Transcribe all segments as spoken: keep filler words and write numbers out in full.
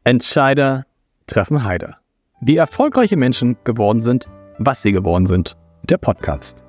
Entscheider treffen Heider. Wie erfolgreiche Menschen geworden sind, was sie geworden sind. Der Podcast.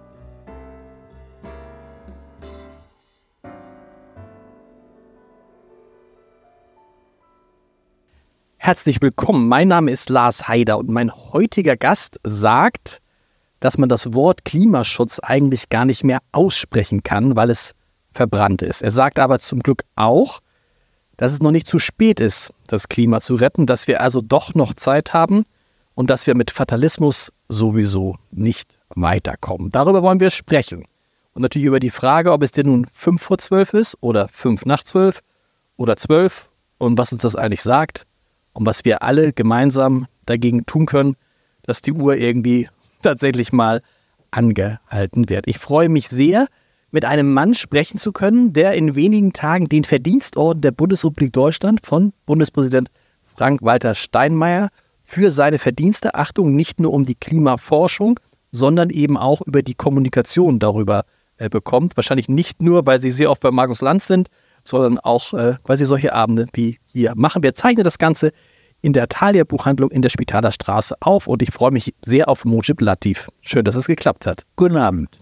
Herzlich willkommen, mein Name ist Lars Heider und mein heutiger Gast sagt, dass man das Wort Klimaschutz eigentlich gar nicht mehr aussprechen kann, weil es verbrannt ist. Er sagt aber zum Glück auch, dass es noch nicht zu spät ist, das Klima zu retten, dass wir also doch noch Zeit haben und dass wir mit Fatalismus sowieso nicht weiterkommen. Darüber wollen wir sprechen. Und natürlich über die Frage, ob es denn nun fünf vor zwölf ist oder fünf nach zwölf oder zwölf und was uns das eigentlich sagt und was wir alle gemeinsam dagegen tun können, dass die Uhr irgendwie tatsächlich mal angehalten wird. Ich freue mich sehr, mit einem Mann sprechen zu können, der in wenigen Tagen den Verdienstorden der Bundesrepublik Deutschland von Bundespräsident Frank-Walter Steinmeier für seine Verdienste, Achtung, nicht nur um die Klimaforschung, sondern eben auch über die Kommunikation darüber äh, bekommt. Wahrscheinlich nicht nur, weil Sie sehr oft bei Markus Lanz sind, sondern auch, äh, weil Sie solche Abende wie hier machen. Wir zeichnen das Ganze in der Thalia Buchhandlung in der Spitaler Straße auf und ich freue mich sehr auf Mojib Latif. Schön, dass es geklappt hat. Guten Abend.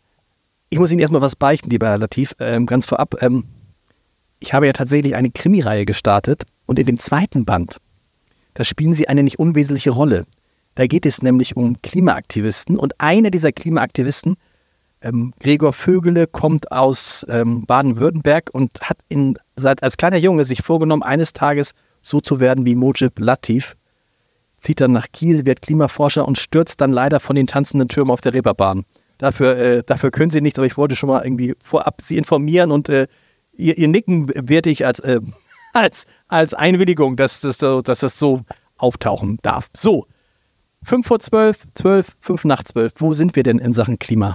Ich muss Ihnen erstmal was beichten, lieber Herr Latif, ähm, ganz vorab. Ähm, ich habe ja tatsächlich eine Krimireihe gestartet und in dem zweiten Band, da spielen Sie eine nicht unwesentliche Rolle. Da geht es nämlich um Klimaaktivisten und einer dieser Klimaaktivisten, ähm, Gregor Vögele, kommt aus ähm, Baden-Württemberg und hat in, seit, als kleiner Junge sich vorgenommen, eines Tages so zu werden wie Mojib Latif, zieht dann nach Kiel, wird Klimaforscher und stürzt dann leider von den tanzenden Türmen auf der Reeperbahn. Dafür, äh, dafür können Sie nichts, aber ich wollte schon mal irgendwie vorab Sie informieren und äh, ihr, ihr Nicken werte ich als, äh, als, als Einwilligung, dass, dass, dass das so auftauchen darf. So, fünf vor zwölf, zwölf, fünf nach zwölf, wo sind wir denn in Sachen Klima?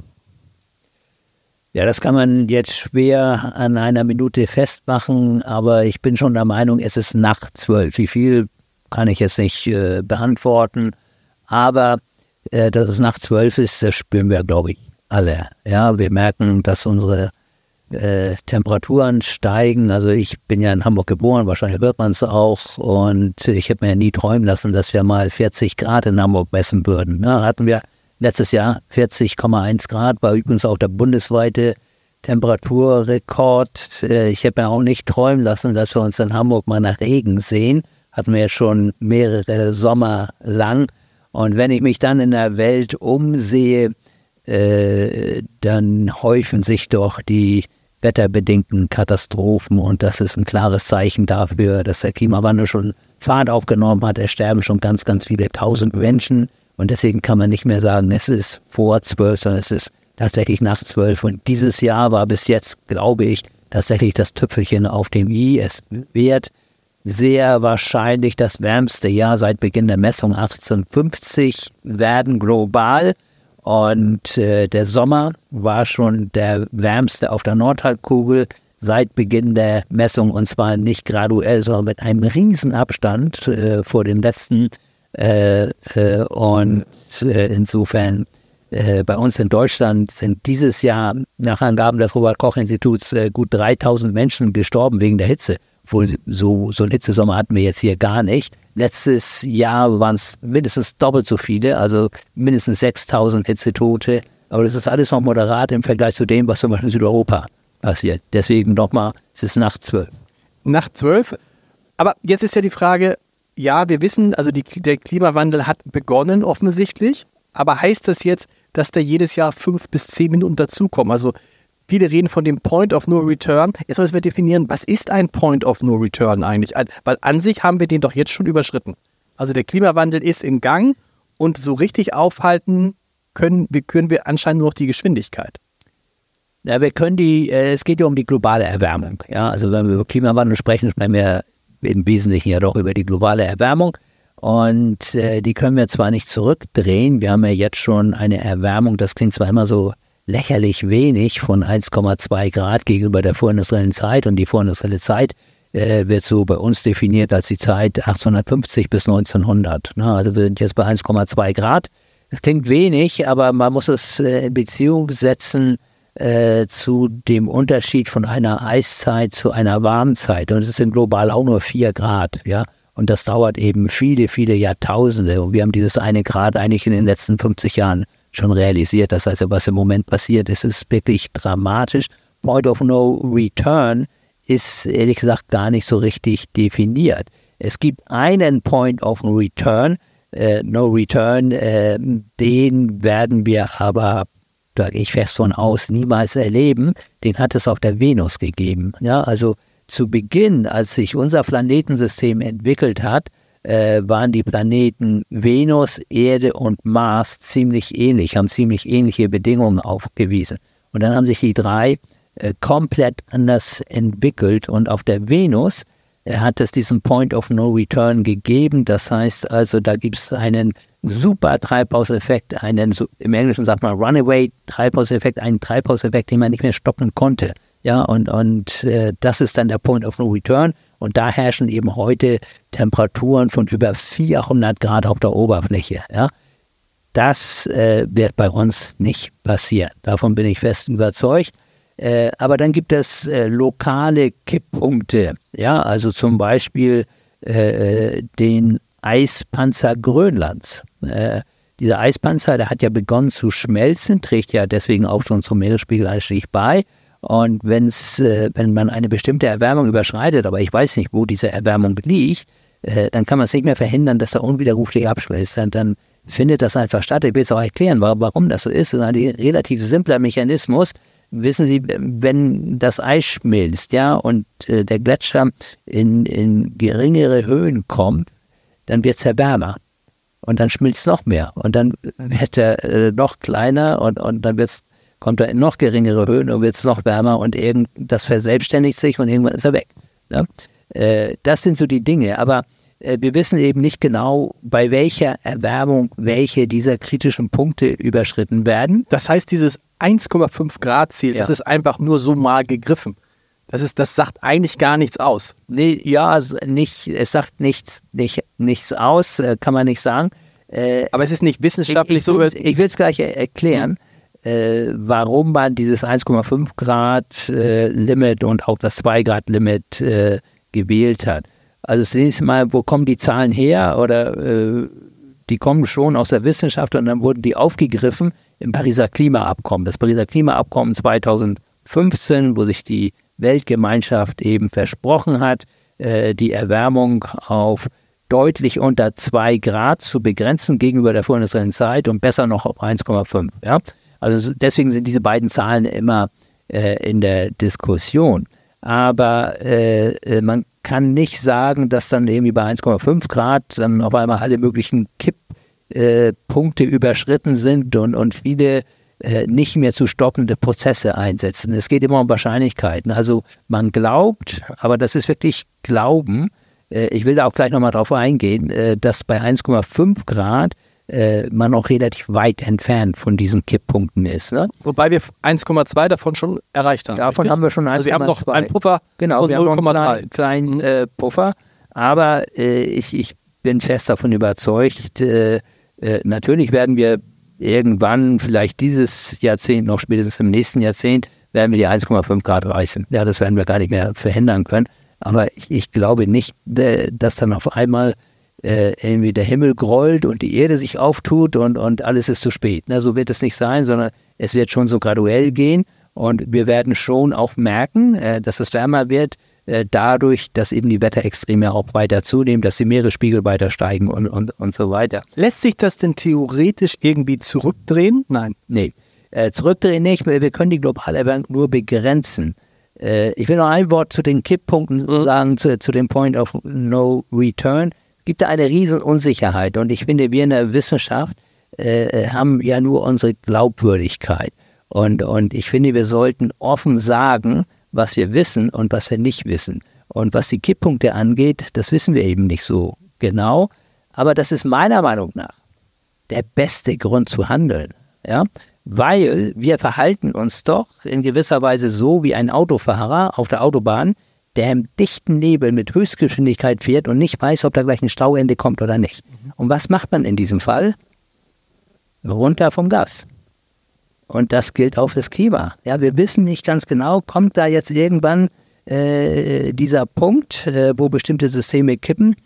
Ja, das kann man jetzt schwer an einer Minute festmachen, aber ich bin schon der Meinung, es ist nach zwölf. Wie viel kann ich jetzt nicht äh, beantworten, aber äh, dass es nach zwölf ist, das spüren wir, glaube ich, alle. Ja, wir merken, dass unsere äh, Temperaturen steigen. Also ich bin ja in Hamburg geboren, wahrscheinlich hört man es auch und ich habe mir ja nie träumen lassen, dass wir mal vierzig Grad in Hamburg messen würden. Ja, hatten wir letztes Jahr vierzig Komma eins Grad, war übrigens auch der bundesweite Temperaturrekord. Ich habe mir auch nicht träumen lassen, dass wir uns in Hamburg mal nach Regen sehen. Hatten wir ja schon mehrere Sommer lang. Und wenn ich mich dann in der Welt umsehe, äh, dann häufen sich doch die wetterbedingten Katastrophen. Und das ist ein klares Zeichen dafür, dass der Klimawandel schon Fahrt aufgenommen hat. Es sterben schon ganz, ganz viele tausend Menschen. Und deswegen kann man nicht mehr sagen, es ist vor zwölf, sondern es ist tatsächlich nach zwölf. Und dieses Jahr war bis jetzt, glaube ich, tatsächlich das Tüpfelchen auf dem i. Es wird sehr wahrscheinlich das wärmste Jahr seit Beginn der Messung achtzehnhundertfünfzig werden global. Und äh, der Sommer war schon der wärmste auf der Nordhalbkugel seit Beginn der Messung. Und zwar nicht graduell, sondern mit einem Riesenabstand äh, vor den letzten Äh, äh, und äh, insofern äh, bei uns in Deutschland sind dieses Jahr nach Angaben des Robert-Koch-Instituts äh, gut dreitausend Menschen gestorben wegen der Hitze. Obwohl so, so einen Hitzesommer hatten wir jetzt hier gar nicht. Letztes Jahr waren es mindestens doppelt so viele, also mindestens sechstausend Hitzetote. Aber das ist alles noch moderat im Vergleich zu dem, was zum Beispiel in Südeuropa passiert. Deswegen nochmal, es ist nach zwölf. Nach zwölf? Aber jetzt ist ja die Frage, ja, wir wissen, also die, der Klimawandel hat begonnen offensichtlich, aber heißt das jetzt, dass da jedes Jahr fünf bis zehn Minuten dazukommen? Also viele reden von dem Point of No Return. Jetzt müssen wir definieren, was ist ein Point of No Return eigentlich? Weil an sich haben wir den doch jetzt schon überschritten. Also der Klimawandel ist in Gang und so richtig aufhalten können wir, können wir anscheinend nur noch die Geschwindigkeit. Ja, wir können die, äh, es geht ja um die globale Erwärmung. Ja, also wenn wir über Klimawandel sprechen, sprechen wir im Wesentlichen ja doch über die globale Erwärmung und äh, die können wir zwar nicht zurückdrehen, wir haben ja jetzt schon eine Erwärmung, das klingt zwar immer so lächerlich wenig, von eins Komma zwei Grad gegenüber der vorindustriellen Zeit und die vorindustrielle Zeit äh, wird so bei uns definiert als die Zeit achtzehnhundertfünfzig bis neunzehnhundert. Na, also wir sind jetzt bei eins Komma zwei Grad, das klingt wenig, aber man muss es äh, in Beziehung setzen äh, zu dem Unterschied von einer Eiszeit zu einer Warmzeit. Und es sind global auch nur vier Grad. Ja? Und das dauert eben viele, viele Jahrtausende. Und wir haben dieses eine Grad eigentlich in den letzten fünfzig Jahren schon realisiert. Das heißt, was im Moment passiert, ist, ist wirklich dramatisch. Point of no return ist ehrlich gesagt gar nicht so richtig definiert. Es gibt einen Point of no return, äh, no return, äh, den werden wir aber, da gehe ich fest von aus, niemals erleben. Den hat es auf der Venus gegeben. Ja, also zu Beginn, als sich unser Planetensystem entwickelt hat, äh, waren die Planeten Venus, Erde und Mars ziemlich ähnlich, haben ziemlich ähnliche Bedingungen aufgewiesen. Und dann haben sich die drei äh, komplett anders entwickelt. Und auf der Venus äh, hat es diesen Point of No Return gegeben. Das heißt also, da gibt es einen super Treibhauseffekt, einen, so, im Englischen sagt man Runaway-Treibhauseffekt, einen Treibhauseffekt, den man nicht mehr stoppen konnte. Ja, und, und äh, das ist dann der Point of No Return. Und da herrschen eben heute Temperaturen von über vierhundert Grad auf der Oberfläche. Ja. Das äh, wird bei uns nicht passieren. Davon bin ich fest überzeugt. Äh, aber dann gibt es äh, lokale Kipppunkte. Ja, also zum Beispiel äh, den Eispanzer Grönlands. Äh, dieser Eispanzer, der hat ja begonnen zu schmelzen, trägt ja deswegen auch schon zum Meeresspiegelanstieg bei. Und wenn's, äh, wenn man eine bestimmte Erwärmung überschreitet, aber ich weiß nicht, wo diese Erwärmung liegt, äh, dann kann man es nicht mehr verhindern, dass er unwiderruflich abschmilzt. Dann, dann findet das einfach statt. Ich will es auch erklären, warum das so ist. Das ist ein relativ simpler Mechanismus. Wissen Sie, wenn das Eis schmilzt, ja, und äh, der Gletscher in, in geringere Höhen kommt, dann wird es ja wärmer. Und dann schmilzt es noch mehr. Und dann wird er äh, noch kleiner und, und dann wird's kommt er in noch geringere Höhen und wird es noch wärmer und irgend, das verselbstständigt sich und irgendwann ist er weg. Ne? Äh, das sind so die Dinge, aber äh, wir wissen eben nicht genau, bei welcher Erwärmung welche dieser kritischen Punkte überschritten werden. Das heißt, dieses eins Komma fünf Grad Ziel, Ja. das ist einfach nur so mal gegriffen. Das, ist, das sagt eigentlich gar nichts aus. Nee, ja, es nicht, es sagt nichts, nicht, nichts aus, äh, kann man nicht sagen. Äh, Aber es ist nicht wissenschaftlich ich, so. ich will es gleich er- erklären. Äh, warum man dieses eins Komma fünf Grad äh, Limit und auch das zwei Grad Limit äh, gewählt hat. Also zunächst mal, wo kommen die Zahlen her? Oder äh, die kommen schon aus der Wissenschaft und dann wurden die aufgegriffen im Pariser Klimaabkommen. Das Pariser Klimaabkommen zweitausendfünfzehn, wo sich die Weltgemeinschaft eben versprochen hat, äh, die Erwärmung auf deutlich unter zwei Grad zu begrenzen gegenüber der vorindustriellen Zeit und besser noch auf eins Komma fünf. Ja? Also deswegen sind diese beiden Zahlen immer äh, in der Diskussion. Aber äh, man kann nicht sagen, dass dann irgendwie bei eins Komma fünf Grad dann auf einmal alle möglichen Kipppunkte äh, überschritten sind und, und viele äh, nicht mehr zu stoppende Prozesse einsetzen. Es geht immer um Wahrscheinlichkeiten. Also man glaubt, aber das ist wirklich Glauben, äh, ich will da auch gleich nochmal drauf eingehen, äh, dass bei eins Komma fünf Grad äh, man auch relativ weit entfernt von diesen Kipppunkten ist. Ne? Wobei wir eins Komma zwei davon schon erreicht haben. Davon richtig? haben wir schon eins Komma zwei. Also wir haben noch einen Puffer Genau, von wir haben null noch Komma drei. einen kleinen, kleinen äh, Puffer. Aber äh, ich, ich bin fest davon überzeugt, äh, äh, natürlich werden wir irgendwann, vielleicht dieses Jahrzehnt, noch spätestens im nächsten Jahrzehnt, werden wir die eins Komma fünf Grad reißen. Ja, das werden wir gar nicht mehr verhindern können. Aber ich, ich glaube nicht, äh, dass dann auf einmal äh, irgendwie der Himmel grollt und die Erde sich auftut und, und alles ist zu spät. Na, so wird es nicht sein, sondern es wird schon so graduell gehen und wir werden schon auch merken, äh, dass es wärmer wird, äh, dadurch, dass eben die Wetterextreme auch weiter zunehmen, dass die Meeresspiegel weiter steigen und, und, und so weiter. Lässt sich das denn theoretisch irgendwie zurückdrehen? Nein. Nee, äh, zurückdrehen nicht, wir können die globale Erwärmung nur begrenzen. Äh, ich will noch ein Wort zu den Kipppunkten sagen, zu, zu dem Point of No Return. Es gibt da eine riesen Unsicherheit und ich finde, wir in der Wissenschaft äh, haben ja nur unsere Glaubwürdigkeit. Und, und ich finde, wir sollten offen sagen, was wir wissen und was wir nicht wissen. Und was die Kipppunkte angeht, das wissen wir eben nicht so genau. Aber das ist meiner Meinung nach der beste Grund zu handeln. Ja? Weil wir verhalten uns doch in gewisser Weise so wie ein Autofahrer auf der Autobahn, der im dichten Nebel mit Höchstgeschwindigkeit fährt und nicht weiß, ob da gleich ein Stauende kommt oder nicht. Und was macht man in diesem Fall? Runter vom Gas. Und das gilt auch fürs Klima. Ja, wir wissen nicht ganz genau, kommt da jetzt irgendwann äh, dieser Punkt, äh, wo bestimmte Systeme kippen, ja,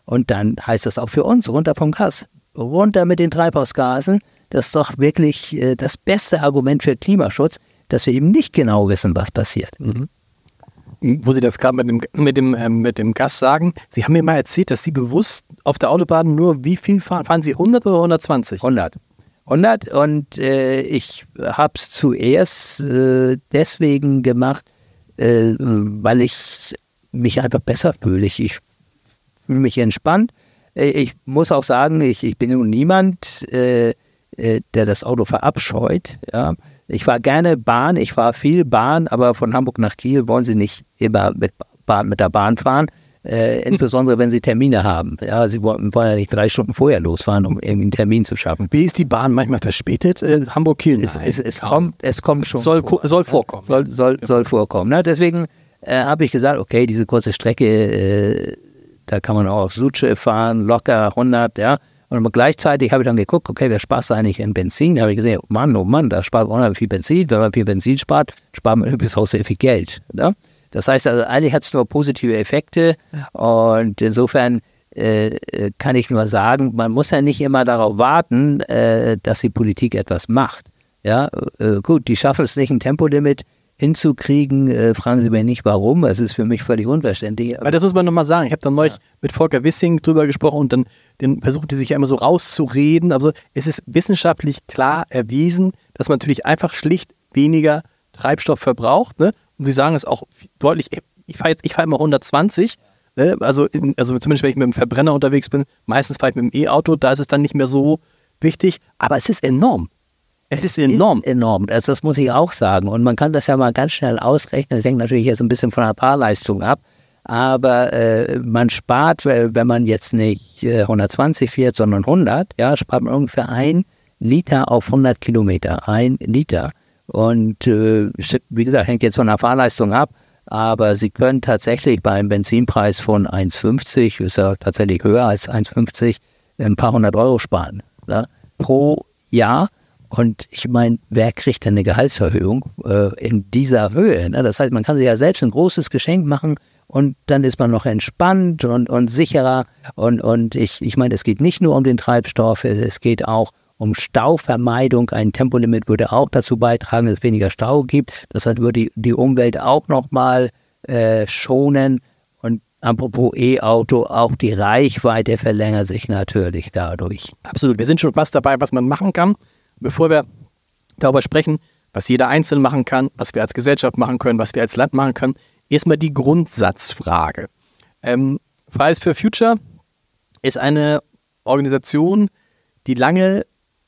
Und dann heißt das auch für uns, runter vom Gas, runter mit den Treibhausgasen. Das ist doch wirklich äh, das beste Argument für Klimaschutz, dass wir eben nicht genau wissen, was passiert. Mhm. Wo Sie das gerade mit dem, mit, dem, ähm, mit dem Gas sagen, Sie haben mir mal erzählt, dass Sie bewusst auf der Autobahn nur wie viel fahren? Fahren Sie hundert oder hundertzwanzig? hundert. hundert und äh, ich habe es zuerst äh, deswegen gemacht, äh, weil ich mich einfach besser fühle. Ich, ich fühle mich entspannt. Äh, ich muss auch sagen, ich, ich bin nun niemand, äh, äh, der das Auto verabscheut. Ja. Ich fahre gerne Bahn, ich fahre viel Bahn, aber von Hamburg nach Kiel wollen Sie nicht immer mit, Bahn, mit der Bahn fahren. Äh, insbesondere wenn Sie Termine haben. Ja, Sie wollen, wollen ja nicht drei Stunden vorher losfahren, um irgendwie einen Termin zu schaffen. Wie ist die Bahn manchmal verspätet? Äh, Hamburg-Kiel? Es, es, es, kommt, es kommt schon soll, vor. Soll vorkommen. Soll, soll, soll vorkommen. Ne? Deswegen äh, habe ich gesagt, okay, diese kurze Strecke, äh, da kann man auch auf Suche fahren, locker hundert, ja. Und gleichzeitig habe ich dann geguckt, okay, wer spart eigentlich in Benzin? Da habe ich gesehen, oh Mann, oh Mann, da spart man viel Benzin. Wenn man viel Benzin spart, spart man übrigens auch sehr viel Geld. Ne? Das heißt, also eigentlich hat es nur positive Effekte und insofern äh, kann ich nur sagen, man muss ja nicht immer darauf warten, äh, dass die Politik etwas macht. Ja, äh, gut, die schaffen es nicht, ein Tempolimit hinzukriegen, äh, fragen Sie mich nicht warum, es ist für mich völlig unverständlich. Weil das muss man nochmal sagen, ich habe dann neulich ja. mit Volker Wissing drüber gesprochen und dann den versuchte sich ja immer so rauszureden, also es ist wissenschaftlich klar erwiesen, dass man natürlich einfach schlicht weniger Treibstoff verbraucht, ne? Und Sie sagen es auch deutlich, ich fahre jetzt, ich fahre immer hundertzwanzig, ne? also, in, also zumindest wenn ich mit dem Verbrenner unterwegs bin, meistens fahre ich mit dem E-Auto, da ist es dann nicht mehr so wichtig, aber es ist enorm. Es ist enorm. Ist enorm, das, das muss ich auch sagen. Und man kann das ja mal ganz schnell ausrechnen. Das hängt natürlich jetzt ein bisschen von der Fahrleistung ab. Aber äh, man spart, wenn man jetzt nicht äh, hundertzwanzig fährt, sondern hundert, ja, spart man ungefähr ein Liter auf hundert Kilometer. Ein Liter. Und äh, wie gesagt, hängt jetzt von der Fahrleistung ab. Aber Sie können tatsächlich beim Benzinpreis von eins fünfzig, ist ja tatsächlich höher als eins fünfzig, ein paar hundert Euro sparen, ja, pro Jahr. Und ich meine, wer kriegt denn eine Gehaltserhöhung äh, in dieser Höhe? Ne? Das heißt, man kann sich ja selbst ein großes Geschenk machen und dann ist man noch entspannt und, und sicherer. Und, und ich, ich meine, es geht nicht nur um den Treibstoff, es geht auch um Stauvermeidung. Ein Tempolimit würde auch dazu beitragen, dass es weniger Stau gibt. Das heißt, würde die, die Umwelt auch nochmal äh, schonen. Und apropos E-Auto, auch die Reichweite verlängert sich natürlich dadurch. Absolut, wir sind schon fast dabei, was man machen kann. Bevor wir darüber sprechen, was jeder Einzelne machen kann, was wir als Gesellschaft machen können, was wir als Land machen können, erstmal die Grundsatzfrage. Ähm, Fridays for Future ist eine Organisation, die lange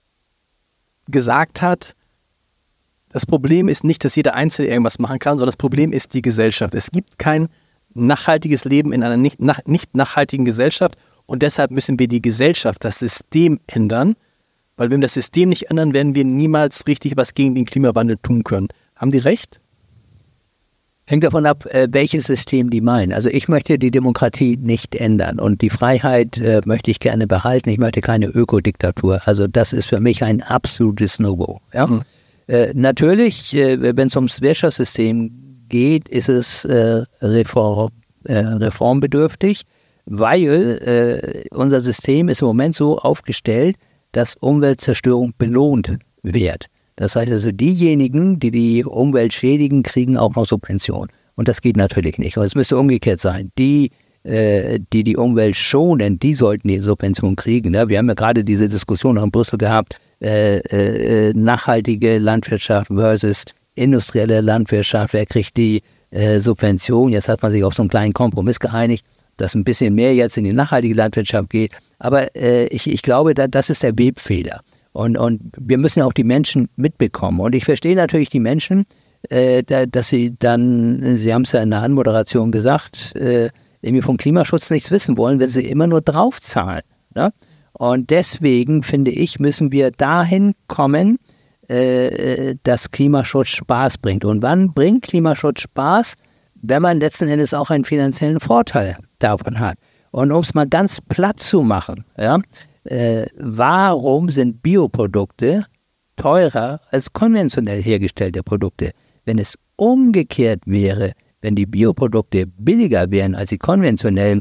gesagt hat, das Problem ist nicht, dass jeder Einzelne irgendwas machen kann, sondern das Problem ist die Gesellschaft. Es gibt kein nachhaltiges Leben in einer nicht, nach, nicht nachhaltigen Gesellschaft und deshalb müssen wir die Gesellschaft, das System ändern. Weil wenn wir das System nicht ändern, werden wir niemals richtig was gegen den Klimawandel tun können. Haben die recht? Hängt davon ab, welches System die meinen. Also ich möchte die Demokratie nicht ändern und die Freiheit äh, möchte ich gerne behalten. Ich möchte keine Ökodiktatur. Also das ist für mich ein absolutes No-Go. Ja? Mhm. Äh, natürlich, äh, wenn es ums Wirtschaftssystem geht, ist es äh, reform, äh, reformbedürftig, weil äh, unser System ist im Moment so aufgestellt, dass Umweltzerstörung belohnt wird. Das heißt also, diejenigen, die die Umwelt schädigen, kriegen auch noch Subventionen. Und das geht natürlich nicht. Und es müsste umgekehrt sein. Die, äh, die die Umwelt schonen, die sollten die Subventionen kriegen. Ne? Wir haben ja gerade diese Diskussion auch in Brüssel gehabt, äh, äh, nachhaltige Landwirtschaft versus industrielle Landwirtschaft. Wer kriegt die äh, Subvention? Jetzt hat man sich auf so einen kleinen Kompromiss geeinigt, dass ein bisschen mehr jetzt in die nachhaltige Landwirtschaft geht. Aber äh, ich, ich glaube, da, das ist der Webfehler. Und, und wir müssen ja auch die Menschen mitbekommen. Und ich verstehe natürlich die Menschen, äh, da, dass sie dann, Sie haben es ja in der Anmoderation gesagt, äh, irgendwie vom Klimaschutz nichts wissen wollen, wenn sie immer nur draufzahlen. Ne? Und deswegen, finde ich, müssen wir dahin kommen, äh, dass Klimaschutz Spaß bringt. Und wann bringt Klimaschutz Spaß? Wenn man letzten Endes auch einen finanziellen Vorteil davon hat. Und um es mal ganz platt zu machen, ja, äh, warum sind Bioprodukte teurer als konventionell hergestellte Produkte? Wenn es umgekehrt wäre, wenn die Bioprodukte billiger wären als die konventionellen,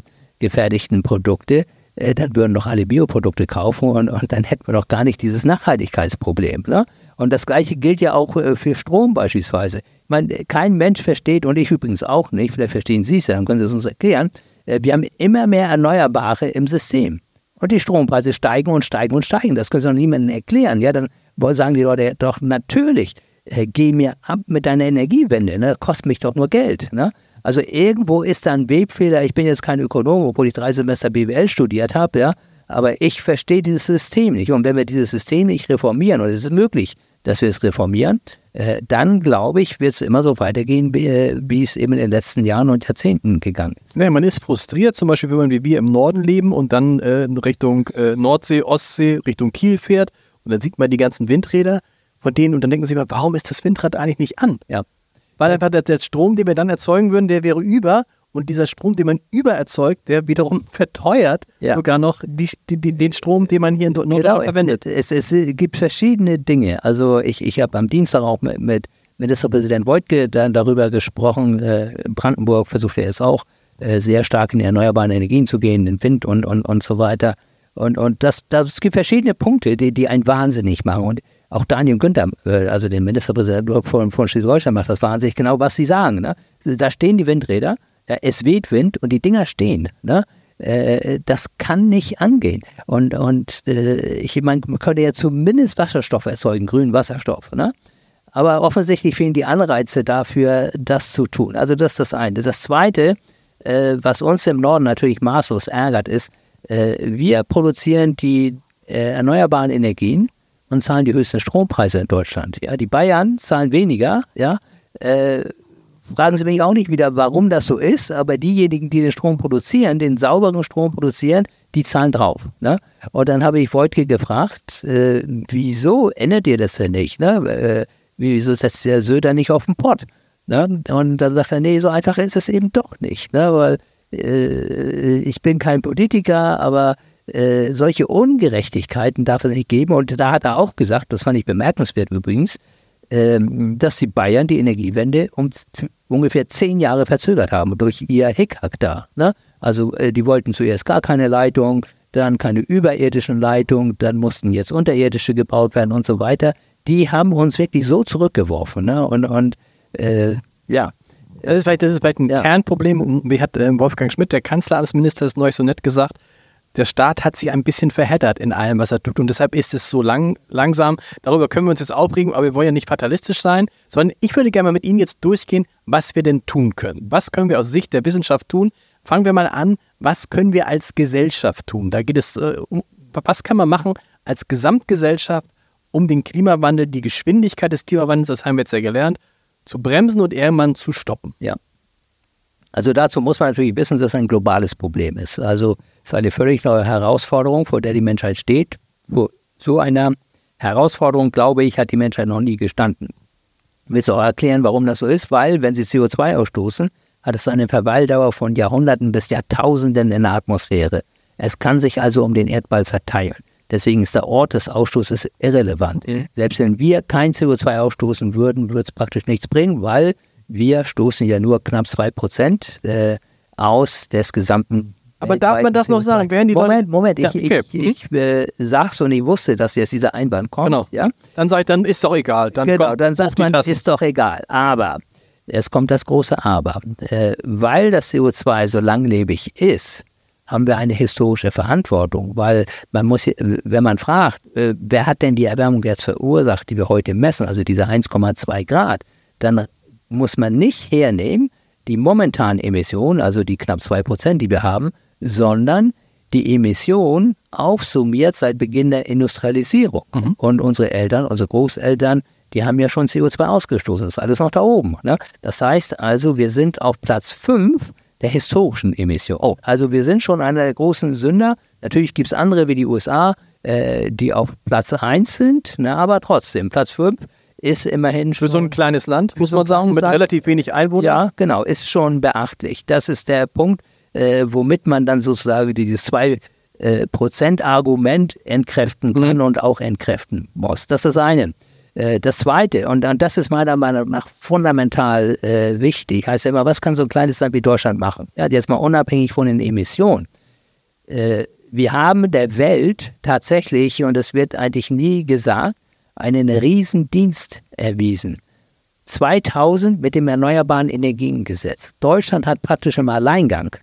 gefertigten Produkte, äh, dann würden doch alle Bioprodukte kaufen und, und dann hätten wir doch gar nicht dieses Nachhaltigkeitsproblem. Ne? Und das Gleiche gilt ja auch äh, für Strom beispielsweise. Ich meine, kein Mensch versteht, und ich übrigens auch nicht, vielleicht verstehen Sie es ja, dann können Sie es uns erklären, äh, wir haben immer mehr Erneuerbare im System. Und die Strompreise steigen und steigen und steigen. Das können Sie doch niemandem erklären. Ja, dann sagen die Leute doch natürlich, äh, geh mir ab mit deiner Energiewende. Ne? Das kostet mich doch nur Geld. Ne? Also irgendwo ist da ein Webfehler. Ich bin jetzt kein Ökonom, obwohl ich drei Semester B W L studiert habe. Ja? Aber ich verstehe dieses System nicht. Und wenn wir dieses System nicht reformieren, und es ist möglich, dass wir es reformieren, äh, dann glaube ich, wird es immer so weitergehen, wie, äh, wie es eben in den letzten Jahren und Jahrzehnten gegangen ist. Nee, man ist frustriert, zum Beispiel, wenn man wie wir im Norden leben und dann äh, in Richtung äh, Nordsee, Ostsee, Richtung Kiel fährt und dann sieht man die ganzen Windräder von denen und dann denken man sich mal, warum ist das Windrad eigentlich nicht an? Ja. Weil einfach der, der Strom, den wir dann erzeugen würden, der wäre über. Und dieser Strom, den man übererzeugt, der wiederum verteuert ja. sogar noch die, die, die, den Strom, den man hier in Norddeutschland genau, verwendet. Es, es, es gibt verschiedene Dinge. Also ich, ich habe am Dienstag auch mit, mit Ministerpräsident Woidke dann darüber gesprochen. Äh, in Brandenburg versucht er es auch, äh, sehr stark in die erneuerbaren Energien zu gehen, in Wind und, und, und so weiter. Und, und das, das, es gibt verschiedene Punkte, die, die einen wahnsinnig machen. Und auch Daniel Günther, äh, also den Ministerpräsident von, von Schleswig-Holstein, macht das wahnsinnig genau, was sie sagen. Ne? Da stehen die Windräder. Ja, es weht Wind und die Dinger stehen. Ne? Äh, das kann nicht angehen. Und, und äh, ich meine, man könnte ja zumindest Wasserstoff erzeugen, grünen Wasserstoff. Ne? Aber offensichtlich fehlen die Anreize dafür, das zu tun. Also das ist das eine. Das Zweite, äh, was uns im Norden natürlich maßlos ärgert, ist, äh, wir produzieren die äh, erneuerbaren Energien und zahlen die höchsten Strompreise in Deutschland. Ja? Die Bayern zahlen weniger, ja, äh, fragen Sie mich auch nicht wieder, warum das so ist, aber diejenigen, die den Strom produzieren, den sauberen Strom produzieren, die zahlen drauf. Ne? Und dann habe ich Woidke gefragt, äh, wieso ändert ihr das denn nicht? Ne? Äh, wieso setzt der Söder nicht auf den Pott? Ne? Und dann sagt er, nee, so einfach ist es eben doch nicht. Ne? Weil äh, ich bin kein Politiker, aber äh, solche Ungerechtigkeiten darf es nicht geben. Und da hat er auch gesagt, das fand ich bemerkenswert übrigens, dass die Bayern die Energiewende um ungefähr zehn Jahre verzögert haben durch ihr Hickhack da. Ne? Also äh, die wollten zuerst gar keine Leitung, dann keine überirdischen Leitungen, dann mussten jetzt unterirdische gebaut werden und so weiter. Die haben uns wirklich so zurückgeworfen. Ne? Und, und äh, ja. Das ist vielleicht, das ist vielleicht ein ja. Kernproblem. Wie hat äh, Wolfgang Schmidt, der Kanzler des Ministers, neulich so nett gesagt, der Staat hat sich ein bisschen verheddert in allem, was er tut. Und deshalb ist es so lang, langsam. Darüber können wir uns jetzt aufregen, aber wir wollen ja nicht fatalistisch sein, sondern ich würde gerne mal mit Ihnen jetzt durchgehen, was wir denn tun können. Was können wir aus Sicht der Wissenschaft tun? Fangen wir mal an, was können wir als Gesellschaft tun? Da geht es äh, um, was kann man machen als Gesamtgesellschaft, um den Klimawandel, die Geschwindigkeit des Klimawandels, das haben wir jetzt ja gelernt, zu bremsen und irgendwann zu stoppen. Ja. Also dazu muss man natürlich wissen, dass es ein globales Problem ist. Also es ist eine völlig neue Herausforderung, vor der die Menschheit steht. Vor so einer Herausforderung, glaube ich, hat die Menschheit noch nie gestanden. Ich will es auch erklären, warum das so ist, weil, wenn sie C O zwei ausstoßen, hat es eine Verweildauer von Jahrhunderten bis Jahrtausenden in der Atmosphäre. Es kann sich also um den Erdball verteilen. Deswegen ist der Ort des Ausstoßes irrelevant. Mhm. Selbst wenn wir kein C O zwei ausstoßen würden, würde es praktisch nichts bringen, weil wir stoßen ja nur knapp zwei Prozent äh, aus des gesamten. Aber darf man das noch sagen? Werden die Moment, Moment, ja, ich, okay. ich, ich äh, sag's und ich wusste, dass jetzt dieser Einwand kommt. Genau. Ja? Dann sage ich, dann ist doch egal. Dann genau, kommt, dann sagt man, ist doch egal. Aber, es kommt das große Aber. Äh, weil das C O zwei so langlebig ist, haben wir eine historische Verantwortung, weil man muss, wenn man fragt, äh, wer hat denn die Erwärmung jetzt verursacht, die wir heute messen, also diese eins Komma zwei Grad, dann muss man nicht hernehmen die momentanen Emissionen, also die knapp zwei Prozent, die wir haben, sondern die Emissionen aufsummiert seit Beginn der Industrialisierung. Mhm. Und unsere Eltern, unsere Großeltern, die haben ja schon C O zwei ausgestoßen. Das ist alles noch da oben. Ne? Das heißt also, wir sind auf Platz fünf der historischen Emissionen. Oh. Also wir sind schon einer der großen Sünder. Natürlich gibt es andere wie die U S A, äh, die auf Platz eins sind, ne? Aber trotzdem, Platz fünf ist immerhin schon... Für so ein kleines Land, muss man sagen, mit relativ wenig Einwohnern. Ja, genau, ist schon beachtlich. Das ist der Punkt, äh, womit man dann sozusagen dieses zwei Prozent Argument entkräften kann mhm. und auch entkräften muss. Das ist das eine. Äh, das Zweite, und, und das ist meiner Meinung nach fundamental äh, wichtig, heißt ja immer, was kann so ein kleines Land wie Deutschland machen? Ja, jetzt mal unabhängig von den Emissionen. äh, wir haben der Welt tatsächlich, und das wird eigentlich nie gesagt, einen Riesendienst erwiesen. zweitausend mit dem Erneuerbaren Energiengesetz. Deutschland hat praktisch im Alleingang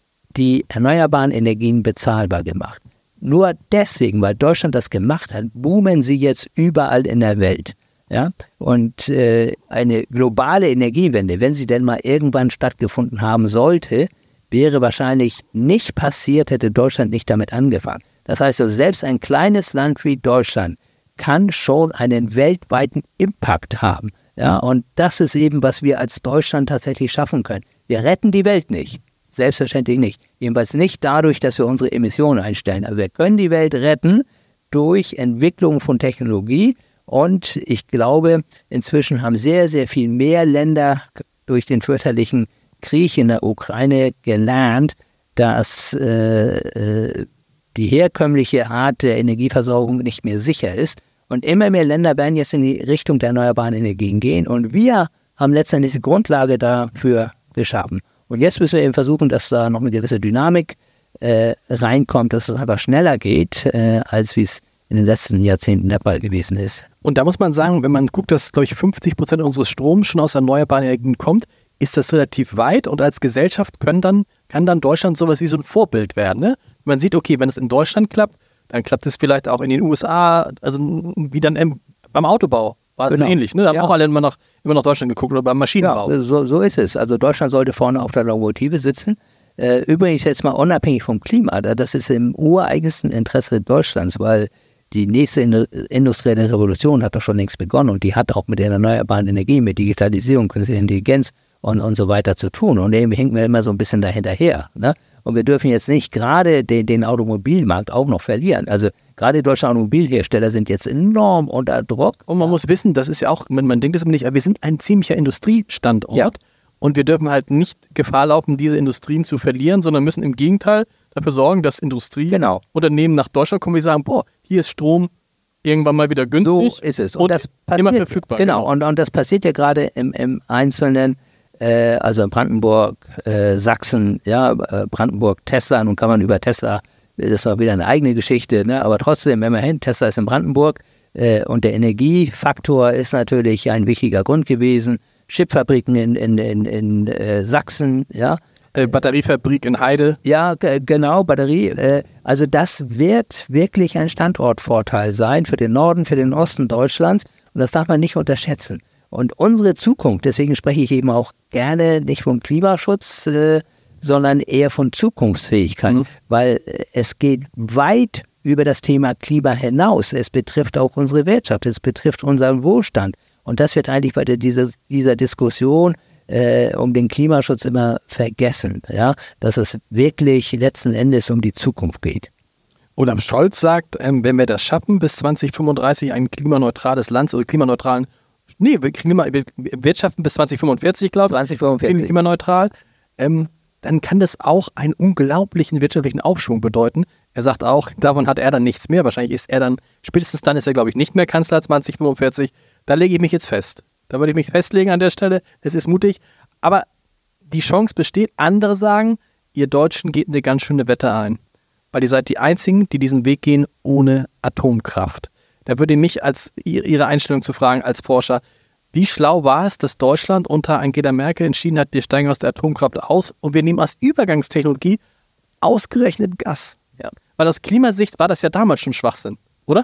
die erneuerbaren Energien bezahlbar gemacht. Nur deswegen, weil Deutschland das gemacht hat, boomen sie jetzt überall in der Welt. Ja? Und äh, eine globale Energiewende, wenn sie denn mal irgendwann stattgefunden haben sollte, wäre wahrscheinlich nicht passiert, hätte Deutschland nicht damit angefangen. Das heißt, also selbst ein kleines Land wie Deutschland kann schon einen weltweiten Impact haben. Ja? Und das ist eben, was wir als Deutschland tatsächlich schaffen können. Wir retten die Welt nicht. Selbstverständlich nicht. Jedenfalls nicht dadurch, dass wir unsere Emissionen einstellen. Aber wir können die Welt retten durch Entwicklung von Technologie. Und ich glaube, inzwischen haben sehr, sehr viel mehr Länder durch den fürchterlichen Krieg in der Ukraine gelernt, dass äh, äh, die herkömmliche Art der Energieversorgung nicht mehr sicher ist. Und immer mehr Länder werden jetzt in die Richtung der erneuerbaren Energien gehen. Und wir haben letztendlich die Grundlage dafür geschaffen. Und jetzt müssen wir eben versuchen, dass da noch eine gewisse Dynamik äh, reinkommt, dass es einfach schneller geht, äh, als wie es in den letzten Jahrzehnten der Fall gewesen ist. Und da muss man sagen, wenn man guckt, dass, glaube ich, fünfzig Prozent unseres Stroms schon aus erneuerbaren Energien kommt, ist das relativ weit. Und als Gesellschaft können dann, kann dann Deutschland sowas wie so ein Vorbild werden. Ne? Man sieht, okay, wenn es in Deutschland klappt, dann klappt es vielleicht auch in den U S A, also wie dann im, beim Autobau. War genau. So ähnlich, ne? Da haben ja. auch alle immer nach, immer nach Deutschland geguckt oder beim Maschinenbau. Ja, so, so ist es. Also Deutschland sollte vorne auf der Lokomotive sitzen. Äh, übrigens jetzt mal unabhängig vom Klima, das ist im ureigensten Interesse Deutschlands, weil die nächste industrielle Revolution hat doch schon längst begonnen und die hat auch mit der erneuerbaren Energie, mit Digitalisierung, künstlicher Intelligenz und, und so weiter zu tun. Und eben hinken wir immer so ein bisschen dahinterher. Ne? Und wir dürfen jetzt nicht gerade den, den Automobilmarkt auch noch verlieren. Also gerade deutsche Automobilhersteller sind jetzt enorm unter Druck. Und man muss wissen, das ist ja auch, man, man denkt das immer nicht, aber wir sind ein ziemlicher Industriestandort. Ja. Und wir dürfen halt nicht Gefahr laufen, diese Industrien zu verlieren, sondern müssen im Gegenteil dafür sorgen, dass Industrieunternehmen genau. nach Deutschland kommen, die sagen, boah, hier ist Strom irgendwann mal wieder günstig. So ist es. Und, und das passiert, immer verfügbar. Genau, genau. Und, und das passiert ja gerade im, im Einzelnen, äh, also in Brandenburg, äh, Sachsen, ja, äh, Brandenburg, Tesla, nun kann man über Tesla, das ist auch wieder eine eigene Geschichte, ne? Aber trotzdem, immerhin, Tesla ist in Brandenburg äh, und der Energiefaktor ist natürlich ein wichtiger Grund gewesen. Chipfabriken in, in, in, in äh, Sachsen, ja. Äh, Batteriefabrik in Heide. Ja, g- genau, Batterie. Äh, also das wird wirklich ein Standortvorteil sein für den Norden, für den Osten Deutschlands und das darf man nicht unterschätzen. Und unsere Zukunft, deswegen spreche ich eben auch gerne nicht vom Klimaschutz, äh, sondern eher von Zukunftsfähigkeit, mhm. weil äh, es geht weit über das Thema Klima hinaus. Es betrifft auch unsere Wirtschaft, es betrifft unseren Wohlstand. Und das wird eigentlich bei dieser, dieser Diskussion äh, um den Klimaschutz immer vergessen, ja? Dass es wirklich letzten Endes um die Zukunft geht. Olaf Scholz sagt, ähm, wenn wir das schaffen, bis zwanzig fünfunddreißig ein klimaneutrales Land oder klimaneutralen, nee, wir, Klima, wir wirtschaften bis zwanzig fünfundvierzig, glaube ich, zwanzig fünfundvierzig. klimaneutral, ähm, dann kann das auch einen unglaublichen wirtschaftlichen Aufschwung bedeuten. Er sagt auch, davon hat er dann nichts mehr. Wahrscheinlich ist er dann, spätestens dann ist er, glaube ich, nicht mehr Kanzler zwanzig fünfundvierzig. Da lege ich mich jetzt fest. Da würde ich mich festlegen an der Stelle. Es ist mutig. Aber die Chance besteht. Andere sagen, ihr Deutschen geht eine ganz schöne Wette ein. Weil ihr seid die Einzigen, die diesen Weg gehen ohne Atomkraft. Da würde mich als Ihre Einstellung zu fragen als Forscher, wie schlau war es, dass Deutschland unter Angela Merkel entschieden hat, wir steigen aus der Atomkraft aus und wir nehmen als Übergangstechnologie ausgerechnet Gas. Ja. Weil aus Klimasicht war das ja damals schon Schwachsinn, oder?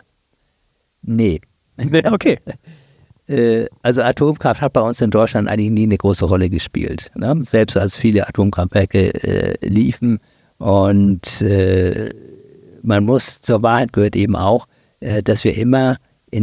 Nee. Okay. Also Atomkraft hat bei uns in Deutschland eigentlich nie eine große Rolle gespielt. Ne? Selbst als viele Atomkraftwerke äh, liefen. Und äh, man muss, zur Wahrheit gehört eben auch, äh, dass wir immer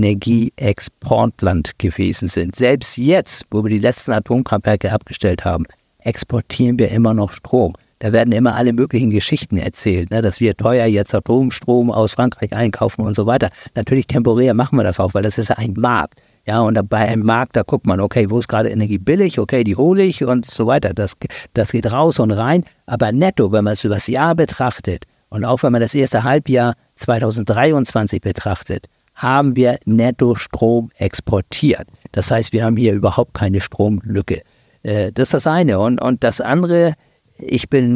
Energieexportland gewesen sind. Selbst jetzt, wo wir die letzten Atomkraftwerke abgestellt haben, exportieren wir immer noch Strom. Da werden immer alle möglichen Geschichten erzählt, ne, dass wir teuer jetzt Atomstrom aus Frankreich einkaufen und so weiter. Natürlich temporär machen wir das auch, weil das ist ja ein Markt. Ja, und bei einem Markt, da guckt man, okay, wo ist gerade Energie billig, okay, die hole ich und so weiter. Das, das geht raus und rein. Aber netto, wenn man es über das Jahr betrachtet und auch wenn man das erste Halbjahr zweitausenddreiundzwanzig betrachtet, haben wir netto Strom exportiert. Das heißt, wir haben hier überhaupt keine Stromlücke. Äh, das ist das eine. Und, und das andere, ich bin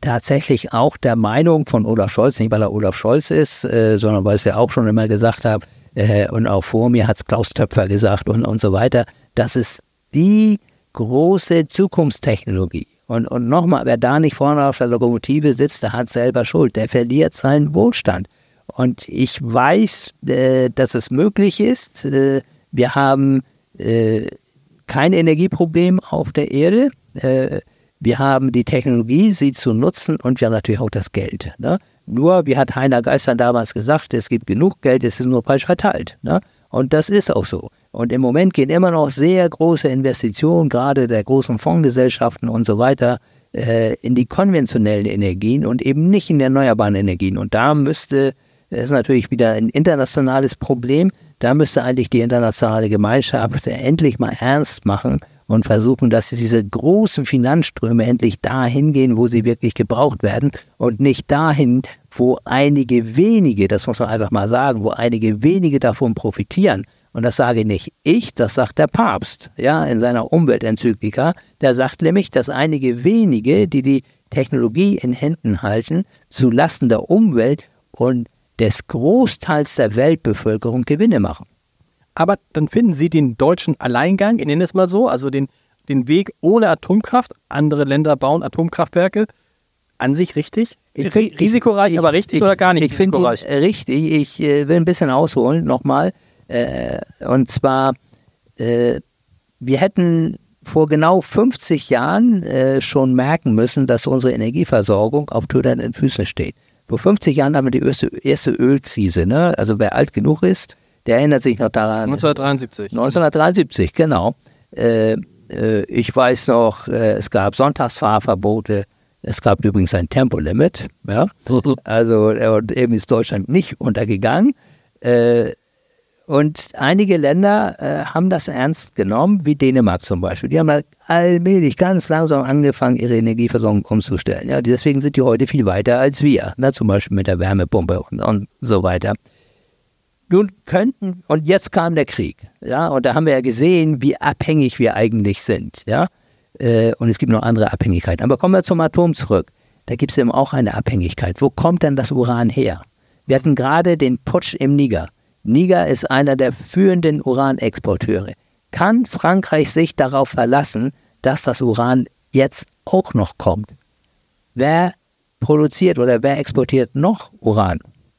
tatsächlich auch der Meinung von Olaf Scholz, nicht weil er Olaf Scholz ist, äh, sondern weil es ja auch schon immer gesagt hat, äh, und auch vor mir hat es Klaus Töpfer gesagt und, und so weiter, das ist die große Zukunftstechnologie. Und, und nochmal, wer da nicht vorne auf der Lokomotive sitzt, der hat selber Schuld, der verliert seinen Wohlstand. Und ich weiß, äh, dass es möglich ist. Äh, wir haben äh, kein Energieproblem auf der Erde. Äh, wir haben die Technologie, sie zu nutzen, und wir haben natürlich auch das Geld. Ne? Nur, wie hat Heiner Geistern damals gesagt, es gibt genug Geld, es ist nur falsch verteilt. Ne? Und das ist auch so. Und im Moment gehen immer noch sehr große Investitionen, gerade der großen Fondsgesellschaften und so weiter, äh, in die konventionellen Energien und eben nicht in die erneuerbaren Energien. Und da müsste, das ist natürlich wieder ein internationales Problem, da müsste eigentlich die internationale Gemeinschaft endlich mal ernst machen und versuchen, dass diese großen Finanzströme endlich dahin gehen, wo sie wirklich gebraucht werden und nicht dahin, wo einige wenige, das muss man einfach mal sagen, wo einige wenige davon profitieren. Und das sage nicht ich, das sagt der Papst, ja, in seiner Umweltenzyklika. Der sagt nämlich, dass einige wenige, die die Technologie in Händen halten, zulasten der Umwelt und des Großteils der Weltbevölkerung Gewinne machen. Aber dann finden Sie den deutschen Alleingang, ich nenne es mal so, also den, den Weg ohne Atomkraft. Andere Länder bauen Atomkraftwerke. An sich richtig? Ich find, risikoreich, ich, aber richtig ich, oder gar nicht ich risikoreich? Ich finde richtig. Ich äh, will ein bisschen ausholen nochmal. Äh, und zwar, äh, wir hätten vor genau fünfzig Jahren äh, schon merken müssen, dass unsere Energieversorgung auf tönernen Füßen steht. Vor fünfzig Jahren haben wir die erste, erste Ölkrise. Ne? Also wer alt genug ist, der erinnert sich noch daran. neunzehnhundertdreiundsiebzig. neunzehnhundertdreiundsiebzig, genau. Äh, äh, ich weiß noch, äh, es gab Sonntagsfahrverbote. Es gab übrigens ein Tempolimit. Ja? Also äh, eben ist Deutschland nicht untergegangen. Äh, Und einige Länder äh, haben das ernst genommen, wie Dänemark zum Beispiel. Die haben halt allmählich ganz langsam angefangen, ihre Energieversorgung umzustellen. Ja, deswegen sind die heute viel weiter als wir, ne? Zum Beispiel mit der Wärmepumpe und, und so weiter. Nun könnten, und jetzt kam der Krieg, ja, und da haben wir ja gesehen, wie abhängig wir eigentlich sind, ja, äh, und es gibt noch andere Abhängigkeiten. Aber kommen wir zum Atom zurück. Da gibt es eben auch eine Abhängigkeit. Wo kommt denn das Uran her? Wir hatten gerade den Putsch im Niger. Niger ist einer der führenden Uranexporteure. Kann Frankreich sich darauf verlassen, dass das Uran jetzt auch noch kommt? Wer produziert oder wer exportiert noch Uran?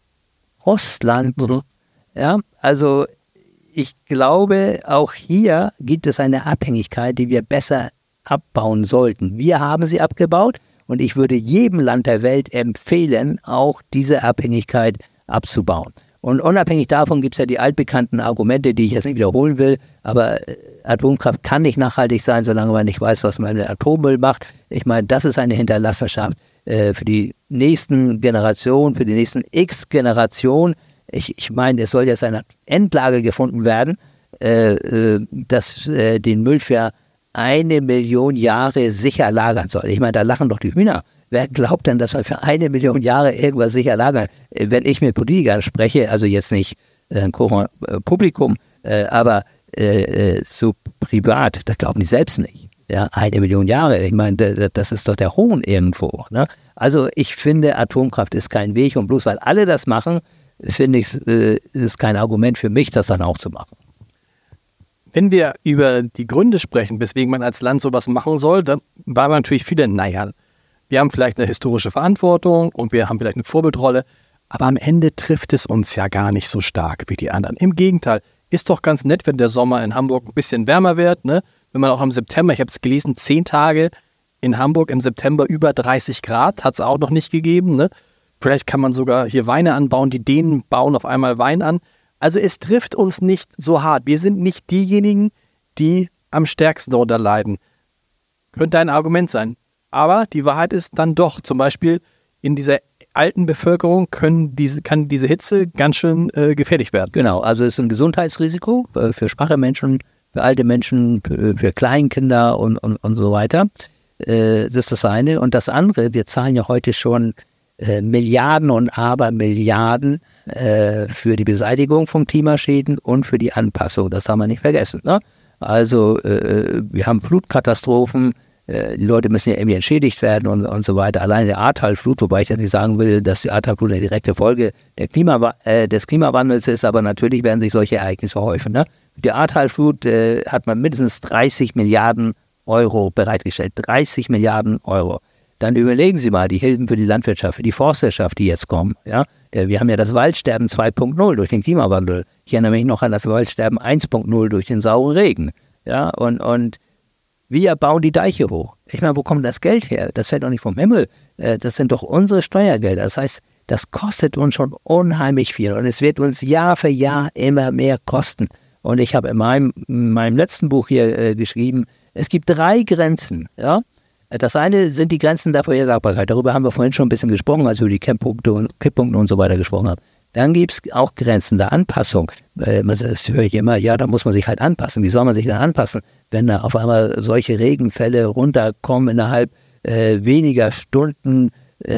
Russland. Ja, also ich glaube, auch hier gibt es eine Abhängigkeit, die wir besser abbauen sollten. Wir haben sie abgebaut und ich würde jedem Land der Welt empfehlen, auch diese Abhängigkeit abzubauen. Und unabhängig davon gibt es ja die altbekannten Argumente, die ich jetzt nicht wiederholen will, aber Atomkraft kann nicht nachhaltig sein, solange man nicht weiß, was man mit Atommüll macht. Ich meine, das ist eine Hinterlassenschaft äh, für die nächsten Generationen, für die nächsten X Generationen. Ich, ich meine, es soll jetzt eine Endlage gefunden werden, äh, äh, dass äh, den Müll für eine Million Jahre sicher lagern soll. Ich meine, da lachen doch die Hühner. Wer glaubt denn, dass man für eine Million Jahre irgendwas sicher lagern? Wenn ich mit Politikern spreche, also jetzt nicht äh, Publikum, äh, aber äh, so privat, das glauben die selbst nicht. Ja, eine Million Jahre, ich meine, das ist doch der Hohn irgendwo. Ne? Also ich finde, Atomkraft ist kein Weg und bloß weil alle das machen, finde ich, äh, ist kein Argument für mich, das dann auch zu machen. Wenn wir über die Gründe sprechen, weswegen man als Land sowas machen soll, dann waren natürlich viele, naja, wir haben vielleicht eine historische Verantwortung und wir haben vielleicht eine Vorbildrolle, aber am Ende trifft es uns ja gar nicht so stark wie die anderen. Im Gegenteil, ist doch ganz nett, wenn der Sommer in Hamburg ein bisschen wärmer wird, ne? Wenn man auch im September, ich habe es gelesen, zehn Tage in Hamburg im September über dreißig Grad, hat es auch noch nicht gegeben, ne? Vielleicht kann man sogar hier Weine anbauen, die Dänen bauen auf einmal Wein an. Also es trifft uns nicht so hart. Wir sind nicht diejenigen, die am stärksten darunter leiden. Könnte ein Argument sein. Aber die Wahrheit ist dann doch, zum Beispiel in dieser alten Bevölkerung können diese, kann diese Hitze ganz schön äh, gefährlich werden. Genau, also es ist ein Gesundheitsrisiko äh, für schwache Menschen, für alte Menschen, für, für Kleinkinder und, und, und so weiter. Äh, das ist das eine. Und das andere, wir zahlen ja heute schon äh, Milliarden und Abermilliarden äh, für die Beseitigung von Klimaschäden und für die Anpassung. Das haben wir nicht vergessen. Ne? Also äh, wir haben Flutkatastrophen. äh, die Leute müssen ja irgendwie entschädigt werden und, und so weiter. Allein der Ahrtal-Flut, wobei ich ja nicht sagen will, dass die Ahrtal-Flut eine direkte Folge der Klima, äh, des Klimawandels ist, aber natürlich werden sich solche Ereignisse häufen. Ne? Die Ahrtal-Flut äh, hat man mindestens dreißig Milliarden Euro bereitgestellt. dreißig Milliarden Euro. Dann überlegen Sie mal die Hilfen für die Landwirtschaft, für die Forstwirtschaft, die jetzt kommen. Ja? Wir haben ja das Waldsterben zwei Punkt null durch den Klimawandel. Ich erinnere mich noch an das Waldsterben eins Punkt null durch den sauren Regen. Ja? Und, und wir bauen die Deiche hoch. Ich meine, wo kommt das Geld her? Das fällt doch nicht vom Himmel. Das sind doch unsere Steuergelder. Das heißt, das kostet uns schon unheimlich viel. Und es wird uns Jahr für Jahr immer mehr kosten. Und ich habe in meinem, in meinem letzten Buch hier äh, geschrieben, es gibt drei Grenzen, ja. Das eine sind die Grenzen der Vorhersagbarkeit. Darüber haben wir vorhin schon ein bisschen gesprochen, als wir über die Kipppunkte und, Kipppunkte und so weiter gesprochen haben. Dann gibt es auch Grenzen der Anpassung. Äh, das höre ich immer, ja, da muss man sich halt anpassen. Wie soll man sich dann anpassen, wenn da auf einmal solche Regenfälle runterkommen innerhalb äh, weniger Stunden,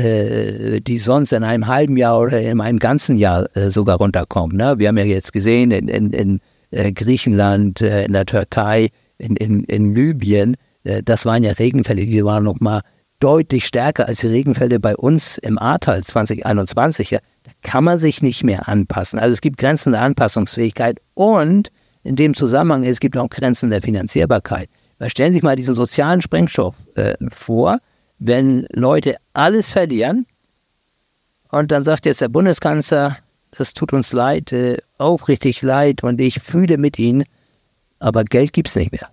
äh, die sonst in einem halben Jahr oder in einem ganzen Jahr äh, sogar runterkommen. Ne? Wir haben ja jetzt gesehen, in, in, in äh, Griechenland, äh, in der Türkei, in, in, in Libyen, das waren ja Regenfälle, die waren noch mal deutlich stärker als die Regenfälle bei uns im Ahrtal zwanzig einundzwanzig. Ja. Da kann man sich nicht mehr anpassen. Also es gibt Grenzen der Anpassungsfähigkeit und in dem Zusammenhang, es gibt auch Grenzen der Finanzierbarkeit. Weil stellen Sie sich mal diesen sozialen Sprengstoff äh, vor, wenn Leute alles verlieren und dann sagt jetzt der Bundeskanzler, das tut uns leid, äh, aufrichtig leid und ich fühle mit Ihnen, aber Geld gibt es nicht mehr.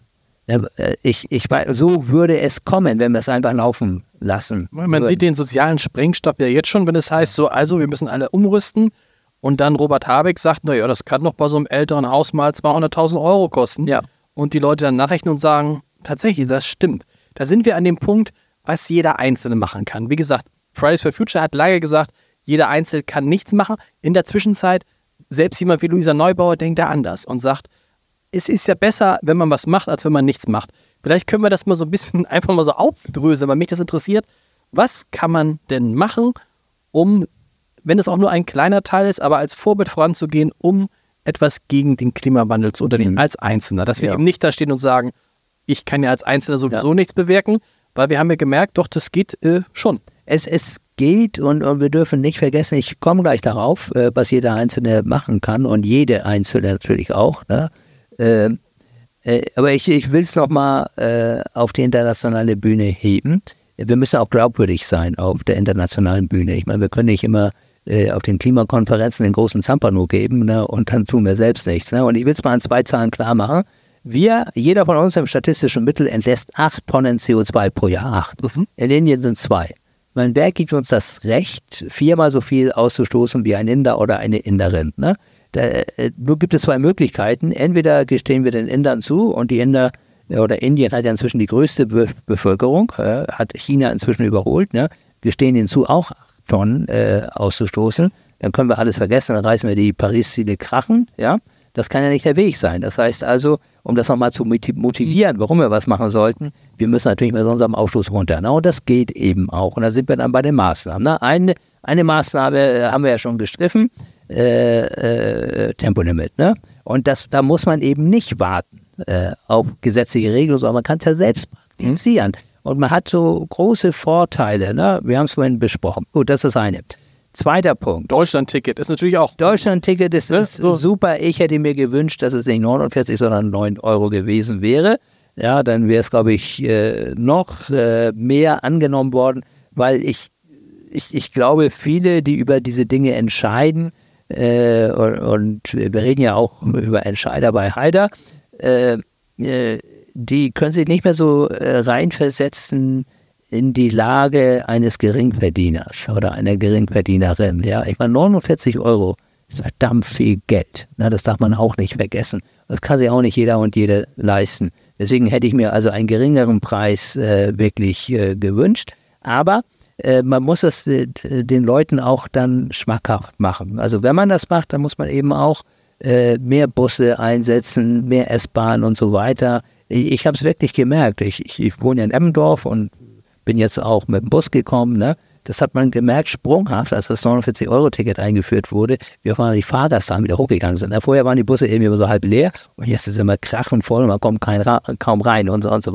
Ich, ich, so würde es kommen, wenn wir es einfach laufen lassen. Man würden. sieht den sozialen Sprengstoff ja jetzt schon, wenn es heißt, so, also wir müssen alle umrüsten und dann Robert Habeck sagt, naja, das kann doch bei so einem älteren Haus mal zweihunderttausend Euro kosten. Ja. Und die Leute dann nachrechnen und sagen, tatsächlich, das stimmt. Da sind wir an dem Punkt, was jeder Einzelne machen kann. Wie gesagt, Fridays for Future hat lange gesagt, jeder Einzelne kann nichts machen. In der Zwischenzeit, selbst jemand wie Luisa Neubauer denkt da anders und sagt, es ist ja besser, wenn man was macht, als wenn man nichts macht. Vielleicht können wir das mal so ein bisschen einfach mal so aufdröseln, weil mich das interessiert. Was kann man denn machen, um, wenn es auch nur ein kleiner Teil ist, aber als Vorbild voranzugehen, um etwas gegen den Klimawandel zu unternehmen, mhm. als Einzelner? Dass wir ja. eben nicht da stehen und sagen, ich kann ja als Einzelner sowieso ja. nichts bewirken, weil wir haben ja gemerkt, doch, das geht äh, schon. Es, es geht und, und wir dürfen nicht vergessen, ich komme gleich darauf, äh, was jeder Einzelne machen kann und jede Einzelne natürlich auch, ne? Äh, äh, aber ich, ich will es nochmal äh, auf die internationale Bühne heben. Wir müssen auch glaubwürdig sein auf der internationalen Bühne. Ich meine, wir können nicht immer äh, auf den Klimakonferenzen den großen Zampano geben, ne, und dann tun wir selbst nichts. Ne? Und ich will es mal an zwei Zahlen klar machen. Wir, jeder von uns im statistischen Mittel entlässt acht Tonnen C O zwei pro Jahr. Acht. Mhm. In Indien sind zwei. Ich meine, wer gibt uns das Recht, viermal so viel auszustoßen wie ein Inder oder eine Inderin? Ne? Da, nur gibt es zwei Möglichkeiten. Entweder gestehen wir den Indern zu und die Inder oder Indien hat ja inzwischen die größte Be- Bevölkerung, äh, hat China inzwischen überholt, ne? Gestehen ihnen zu, auch acht Tonnen äh, auszustoßen. Dann können wir alles vergessen, dann reißen wir die Paris-Ziele krachen. Ja? Das kann ja nicht der Weg sein. Das heißt also, um das nochmal zu motivieren, warum wir was machen sollten, wir müssen natürlich mit unserem Ausstoß runter. Na, und das geht eben auch. Und da sind wir dann bei den Maßnahmen. Ne? Eine, eine Maßnahme haben wir ja schon gestriffen. Äh, äh, Tempolimit, ne? Und das, da muss man eben nicht warten äh, auf gesetzliche Regelungen, sondern man kann es ja selbst praktizieren. Und man hat so große Vorteile, ne? Wir haben es vorhin besprochen. Gut, das ist das eine. Zweiter Punkt. Deutschland-Ticket ist natürlich auch. Deutschland-Ticket ist, ist so super. Ich hätte mir gewünscht, dass es nicht neunundvierzig, sondern neun Euro gewesen wäre. Ja, dann wäre es, glaube ich, äh, noch äh, mehr angenommen worden, weil ich, ich, ich glaube, viele, die über diese Dinge entscheiden, Äh, und, und wir reden ja auch über Entscheider bei Haider, äh, äh, die können sich nicht mehr so äh, reinversetzen in die Lage eines Geringverdieners oder einer Geringverdienerin. Ja, ich meine, neunundvierzig Euro ist verdammt viel Geld. Na, das darf man auch nicht vergessen. Das kann sich auch nicht jeder und jede leisten. Deswegen hätte ich mir also einen geringeren Preis äh, wirklich äh, gewünscht. Aber Äh, man muss es äh, den Leuten auch dann schmackhaft machen. Also wenn man das macht, dann muss man eben auch äh, mehr Busse einsetzen, mehr S-Bahn und so weiter. Ich, ich habe es wirklich gemerkt. Ich, ich, ich wohne ja in Emmendorf und bin jetzt auch mit dem Bus gekommen. Ne? Das hat man gemerkt, sprunghaft, als das neunundvierzig Euro Ticket eingeführt wurde, wie auf einmal die Fahrgastzahlen wieder hochgegangen sind. Vorher waren die Busse irgendwie so halb leer und jetzt ist es immer krachend voll und man kommt kein, kaum rein und so, und so weiter.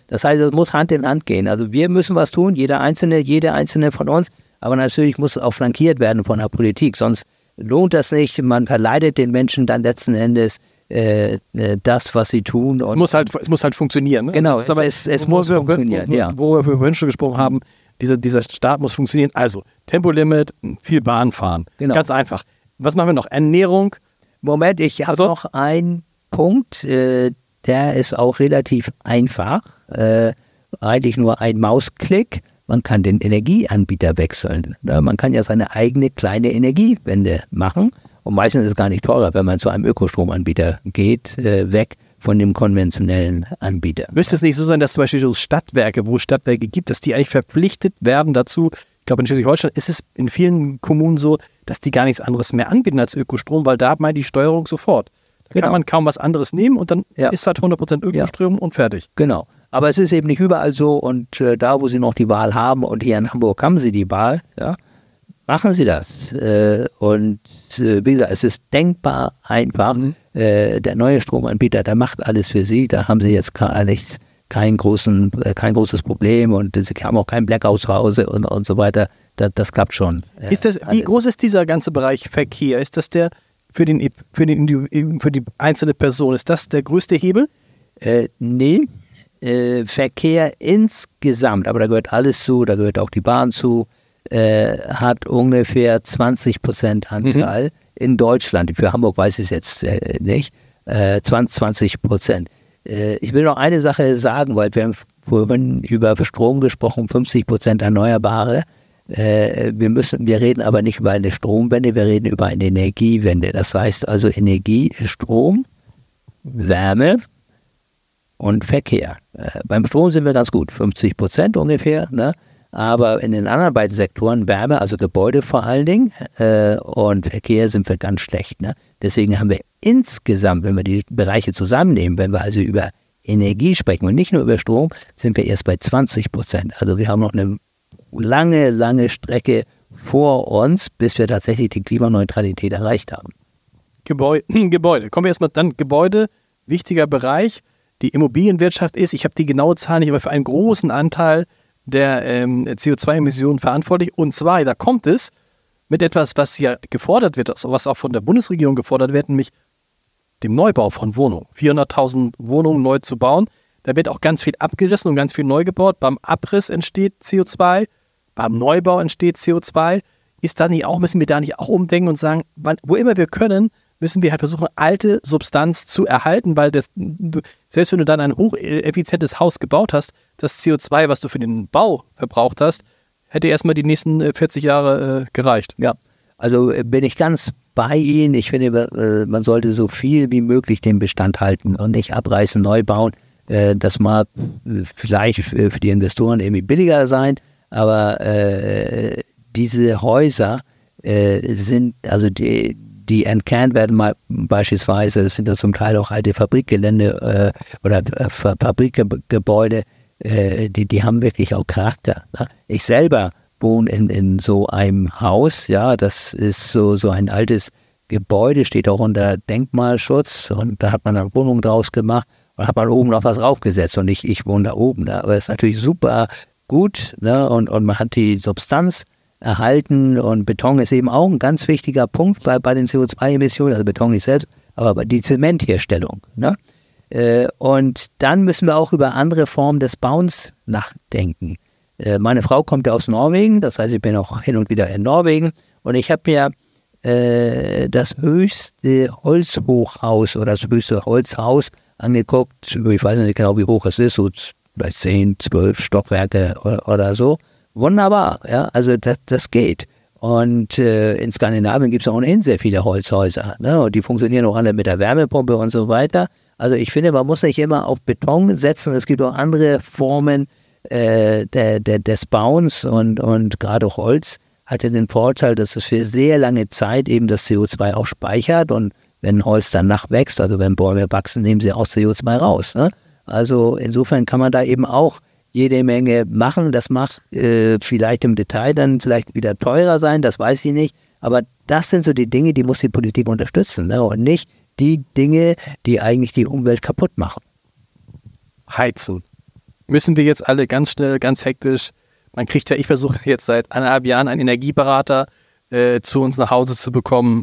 Das heißt, es muss Hand in Hand gehen. Also wir müssen was tun, jeder Einzelne, jede Einzelne von uns, aber natürlich muss es auch flankiert werden von der Politik, sonst lohnt das nicht. Man verleidet den Menschen dann letzten Endes äh, das, was sie tun. Und es, muss halt, es muss halt funktionieren. Ne? Genau, es, aber es, es muss wir, funktionieren. Wo, ja. wo wir vorhin schon gesprochen haben, dieser, dieser Staat muss funktionieren. Also Tempolimit, viel Bahn fahren. Genau. Ganz einfach. Was machen wir noch? Ernährung. Moment, ich habe also, noch einen Punkt, äh, der ist auch relativ einfach. Äh, eigentlich nur ein Mausklick. Man kann den Energieanbieter wechseln. Ja, man kann ja seine eigene kleine Energiewende machen. Und meistens ist es gar nicht teurer, wenn man zu einem Ökostromanbieter geht, äh, weg von dem konventionellen Anbieter. Müsste es nicht so sein, dass zum Beispiel so Stadtwerke, wo es Stadtwerke gibt, dass die eigentlich verpflichtet werden dazu, ich glaube in Schleswig-Holstein ist es in vielen Kommunen so, dass die gar nichts anderes mehr anbieten als Ökostrom, weil da hat man die Steuerung sofort. Da genau. kann man kaum was anderes nehmen und dann ja. ist halt hundert Prozent Ökostrom ja. und fertig. Genau. Aber es ist eben nicht überall so und äh, da, wo Sie noch die Wahl haben und hier in Hamburg haben Sie die Wahl, ja, machen Sie das. Äh, und äh, wie gesagt, es ist denkbar einfach. Mhm. Äh, der neue Stromanbieter, der macht alles für Sie. Da haben Sie jetzt gar nichts, kein, großen, äh, kein großes Problem und Sie haben auch kein Blackout zu Hause und, und so weiter. Das, das klappt schon. Äh, ist das, wie groß ist dieser ganze Bereich Verkehr? Ist das der für, den, für, den, für die einzelne Person, ist das der größte Hebel? Äh, nee. Äh, Verkehr insgesamt, aber da gehört alles zu, da gehört auch die Bahn zu, äh, hat ungefähr zwanzig Prozent Anteil mhm. in Deutschland. Für Hamburg weiß ich es jetzt äh, nicht. Äh, zwanzig Prozent. Äh, ich will noch eine Sache sagen, weil wir haben vorhin über Strom gesprochen, fünfzig Prozent Erneuerbare. Äh, wir müssen, wir reden aber nicht über eine Stromwende, wir reden über eine Energiewende. Das heißt also Energie, Strom, Wärme und Verkehr. Äh, beim Strom sind wir ganz gut, fünfzig Prozent ungefähr, ne? Aber in den anderen beiden Sektoren, Wärme, also Gebäude vor allen Dingen, äh, und Verkehr sind wir ganz schlecht. Ne? Deswegen haben wir insgesamt, wenn wir die Bereiche zusammennehmen, wenn wir also über Energie sprechen und nicht nur über Strom, sind wir erst bei zwanzig Prozent. Also wir haben noch eine lange, lange Strecke vor uns, bis wir tatsächlich die Klimaneutralität erreicht haben. Gebäude, Gebäude. Kommen wir erstmal dann, Gebäude, wichtiger Bereich. Die Immobilienwirtschaft ist, ich habe die genaue Zahl nicht, aber für einen großen Anteil der ähm, C O zwei Emissionen verantwortlich. Und zwar, da kommt es mit etwas, was ja gefordert wird, was auch von der Bundesregierung gefordert wird, nämlich dem Neubau von Wohnungen. vierhunderttausend Wohnungen neu zu bauen. Da wird auch ganz viel abgerissen und ganz viel neu gebaut. Beim Abriss entsteht C O zwei, beim Neubau entsteht C O zwei. Ist da nicht auch, müssen wir da nicht auch umdenken und sagen, wann, wo immer wir können, müssen wir halt versuchen, alte Substanz zu erhalten, weil das, du, selbst wenn du dann ein hocheffizientes Haus gebaut hast, das C O zwei, was du für den Bau verbraucht hast, hätte erstmal die nächsten vierzig Jahre äh, gereicht. Ja, also bin ich ganz bei Ihnen. Ich finde, man sollte so viel wie möglich den Bestand halten und nicht abreißen, neu bauen. Das mag vielleicht für die Investoren irgendwie billiger sein, aber äh, diese Häuser äh, sind, also die die entkernt werden, mal beispielsweise, das sind ja zum Teil auch alte Fabrikgelände äh, oder äh, Fabrikgebäude, äh, die, die haben wirklich auch Charakter. Ne? Ich selber wohne in, in so einem Haus, ja, das ist so, so ein altes Gebäude, steht auch unter Denkmalschutz und da hat man eine Wohnung draus gemacht und hat man oben noch was raufgesetzt und ich, ich wohne da oben. Ne? Aber es ist natürlich super gut, ne? und, und man hat die Substanz erhalten und Beton ist eben auch ein ganz wichtiger Punkt bei, bei den C O zwei Emissionen, also Beton nicht selbst, aber die Zementherstellung. Ne? Äh, und dann müssen wir auch über andere Formen des Bauens nachdenken. Äh, meine Frau kommt ja aus Norwegen, das heißt, ich bin auch hin und wieder in Norwegen und ich habe mir äh, das höchste Holzhochhaus oder das höchste Holzhaus angeguckt. Ich weiß nicht genau, wie hoch es ist, so vielleicht zehn, zwölf Stockwerke oder, oder so. Wunderbar, ja, also das, das geht. Und äh, in Skandinavien gibt es ohnehin sehr viele Holzhäuser, ne? Und die funktionieren auch alle mit der Wärmepumpe und so weiter. Also ich finde, man muss nicht immer auf Beton setzen, es gibt auch andere Formen äh, der, der, des Bauens und, und gerade Holz hat ja den Vorteil, dass es für sehr lange Zeit eben das C O zwei auch speichert und wenn Holz dann nachwächst, also wenn Bäume wachsen, nehmen sie auch C O zwei raus. Ne? Also insofern kann man da eben auch jede Menge machen. Das mag äh, vielleicht im Detail dann vielleicht wieder teurer sein, das weiß ich nicht. Aber das sind so die Dinge, die muss die Politik unterstützen, ne? Und nicht die Dinge, die eigentlich die Umwelt kaputt machen. Heizen. Müssen wir jetzt alle ganz schnell, ganz hektisch, man kriegt ja, ich versuche jetzt seit eineinhalb Jahren einen Energieberater äh, zu uns nach Hause zu bekommen,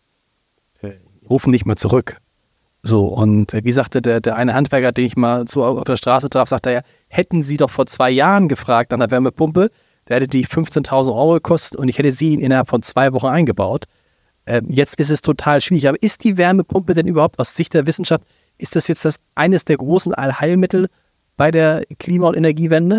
äh, rufen nicht mehr zurück. So, und äh, wie sagte der, der eine Handwerker, den ich mal so auf der Straße traf, sagte er ja, hätten Sie doch vor zwei Jahren gefragt an der Wärmepumpe, der hätte die fünfzehntausend Euro gekostet und ich hätte sie innerhalb von zwei Wochen eingebaut. Äh, jetzt ist es total schwierig. Aber ist die Wärmepumpe denn überhaupt aus Sicht der Wissenschaft, ist das jetzt das eines der großen Allheilmittel bei der Klima- und Energiewende?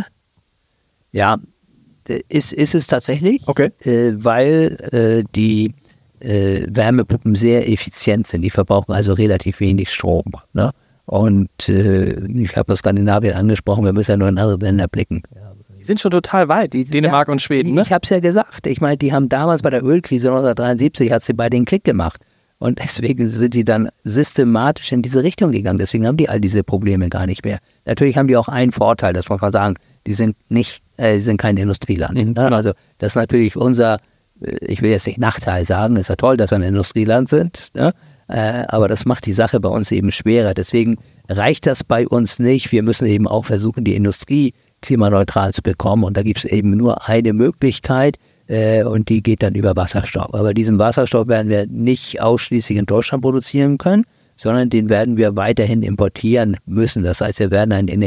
Ja, ist, ist es tatsächlich, okay. äh, weil äh, die äh, Wärmepumpen sehr effizient sind. Die verbrauchen also relativ wenig Strom. Ne? Und äh, ich habe das Skandinavien angesprochen, wir müssen ja nur in andere Länder blicken. Die sind schon total weit, die Dänemark ja, und Schweden. Ne? Ich habe es ja gesagt. Ich meine, die haben damals bei der Ölkrise neunzehnhundertdreiundsiebzig, hat sie bei den Klick gemacht. Und deswegen sind die dann systematisch in diese Richtung gegangen. Deswegen haben die all diese Probleme gar nicht mehr. Natürlich haben die auch einen Vorteil, das muss man sagen. Die sind nicht, äh, die sind kein Industrieland. Ne? Also das ist natürlich unser, ich will jetzt nicht Nachteil sagen, ist ja toll, dass wir ein Industrieland sind, ne? äh, aber das macht die Sache bei uns eben schwerer. Deswegen reicht das bei uns nicht. Wir müssen eben auch versuchen, die Industrie klimaneutral zu bekommen. Und da gibt es eben nur eine Möglichkeit, äh, und die geht dann über Wasserstoff. Aber diesen Wasserstoff werden wir nicht ausschließlich in Deutschland produzieren können, sondern den werden wir weiterhin importieren müssen. Das heißt, wir werden ein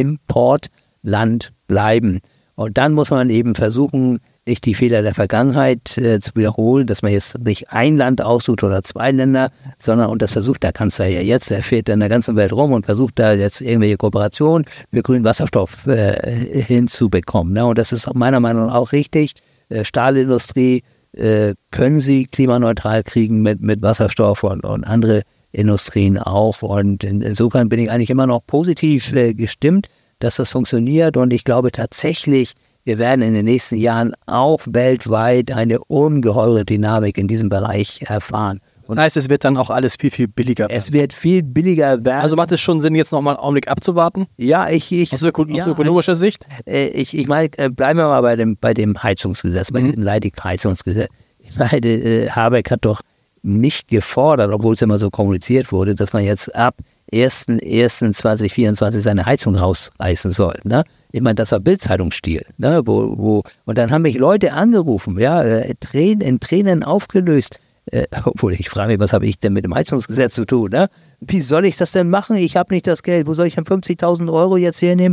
Energieimportland bleiben. Und dann muss man eben versuchen, nicht die Fehler der Vergangenheit äh, zu wiederholen, dass man jetzt nicht ein Land aussucht oder zwei Länder, sondern, und das versucht der Kanzler ja jetzt, er fährt in der ganzen Welt rum und versucht da jetzt irgendwelche Kooperationen für grünen Wasserstoff äh, hinzubekommen. Ne? Und das ist meiner Meinung nach auch richtig. Äh, Stahlindustrie äh, können sie klimaneutral kriegen mit, mit Wasserstoff und, und andere Industrien auch. Und in, insofern bin ich eigentlich immer noch positiv äh, gestimmt, dass das funktioniert. Und ich glaube tatsächlich, wir werden in den nächsten Jahren auch weltweit eine ungeheure Dynamik in diesem Bereich erfahren. Und das heißt, es wird dann auch alles viel, viel billiger werden. Es wird viel billiger werden. Also macht es schon Sinn, jetzt nochmal einen Augenblick abzuwarten? Ja, ich... ich aus, öko ja, aus ökonomischer Sicht? Äh, ich ich meine, äh, bleiben wir mal bei dem, bei dem Heizungsgesetz, bei mhm. dem Leidigheizungsgesetz. Ich meine, äh, Habeck hat doch nicht gefordert, obwohl es immer so kommuniziert wurde, dass man jetzt ab erster erster zweitausendvierundzwanzig seine Heizung rausreißen soll. Ne? Ich meine, das war Bild-Zeitungsstil. Ne? Wo, wo, und dann haben mich Leute angerufen, ja, äh, Tränen, in Tränen aufgelöst. Äh, obwohl, ich frage mich, was habe ich denn mit dem Heizungsgesetz zu tun? Ne? Wie soll ich das denn machen? Ich habe nicht das Geld. Wo soll ich denn fünfzigtausend Euro jetzt hernehmen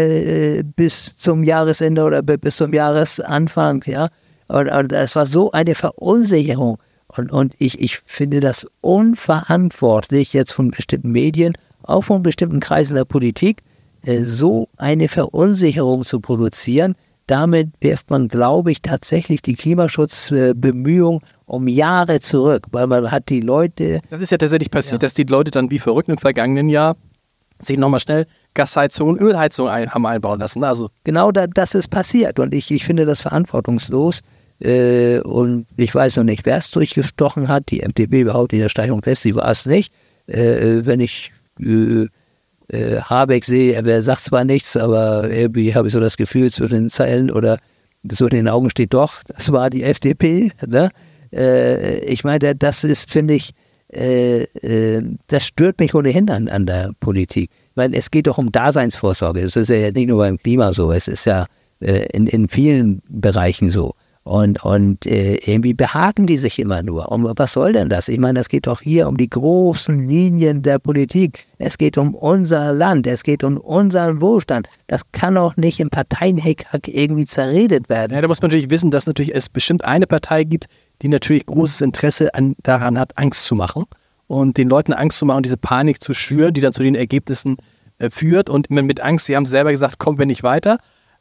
äh, bis zum Jahresende oder bis zum Jahresanfang? Ja? Und, und das war so eine Verunsicherung. Und, und ich, ich finde das unverantwortlich, jetzt von bestimmten Medien, auch von bestimmten Kreisen der Politik, äh, so eine Verunsicherung zu produzieren. Damit wirft man, glaube ich, tatsächlich die Klimaschutzbemühungen äh, um Jahre zurück, weil man hat die Leute... Das ist ja tatsächlich passiert, ja. dass die Leute dann wie verrückt im vergangenen Jahr sich nochmal schnell Gasheizung und Ölheizung ein, haben einbauen lassen. Also genau da, das ist passiert und ich, ich finde das verantwortungslos. Äh, und ich weiß noch nicht, wer es durchgestochen hat. Die M D B behauptet in der Steigerung fest, sie war es nicht. Äh, wenn ich äh, äh, Habeck sehe, er sagt zwar nichts, aber irgendwie habe ich so das Gefühl, zwischen den Zeilen oder so in den Augen steht doch, das war die F D P. Ne? Äh, ich meine, das ist, finde ich, äh, äh, das stört mich ohnehin an, an der Politik. Ich meine, es geht doch um Daseinsvorsorge. Es ist ja nicht nur beim Klima so, es ist ja äh, in, in vielen Bereichen so. Und, und äh, irgendwie behaken die sich immer nur. Und was soll denn das? Ich meine, es geht doch hier um die großen Linien der Politik. Es geht um unser Land. Es geht um unseren Wohlstand. Das kann auch nicht im Parteienhickhack irgendwie zerredet werden. Ja, da muss man natürlich wissen, dass natürlich es bestimmt eine Partei gibt, die natürlich großes Interesse an, daran hat, Angst zu machen. Und den Leuten Angst zu machen und diese Panik zu schüren, die dann zu den Ergebnissen äh, führt. Und mit Angst, sie haben selber gesagt, kommen wir nicht weiter.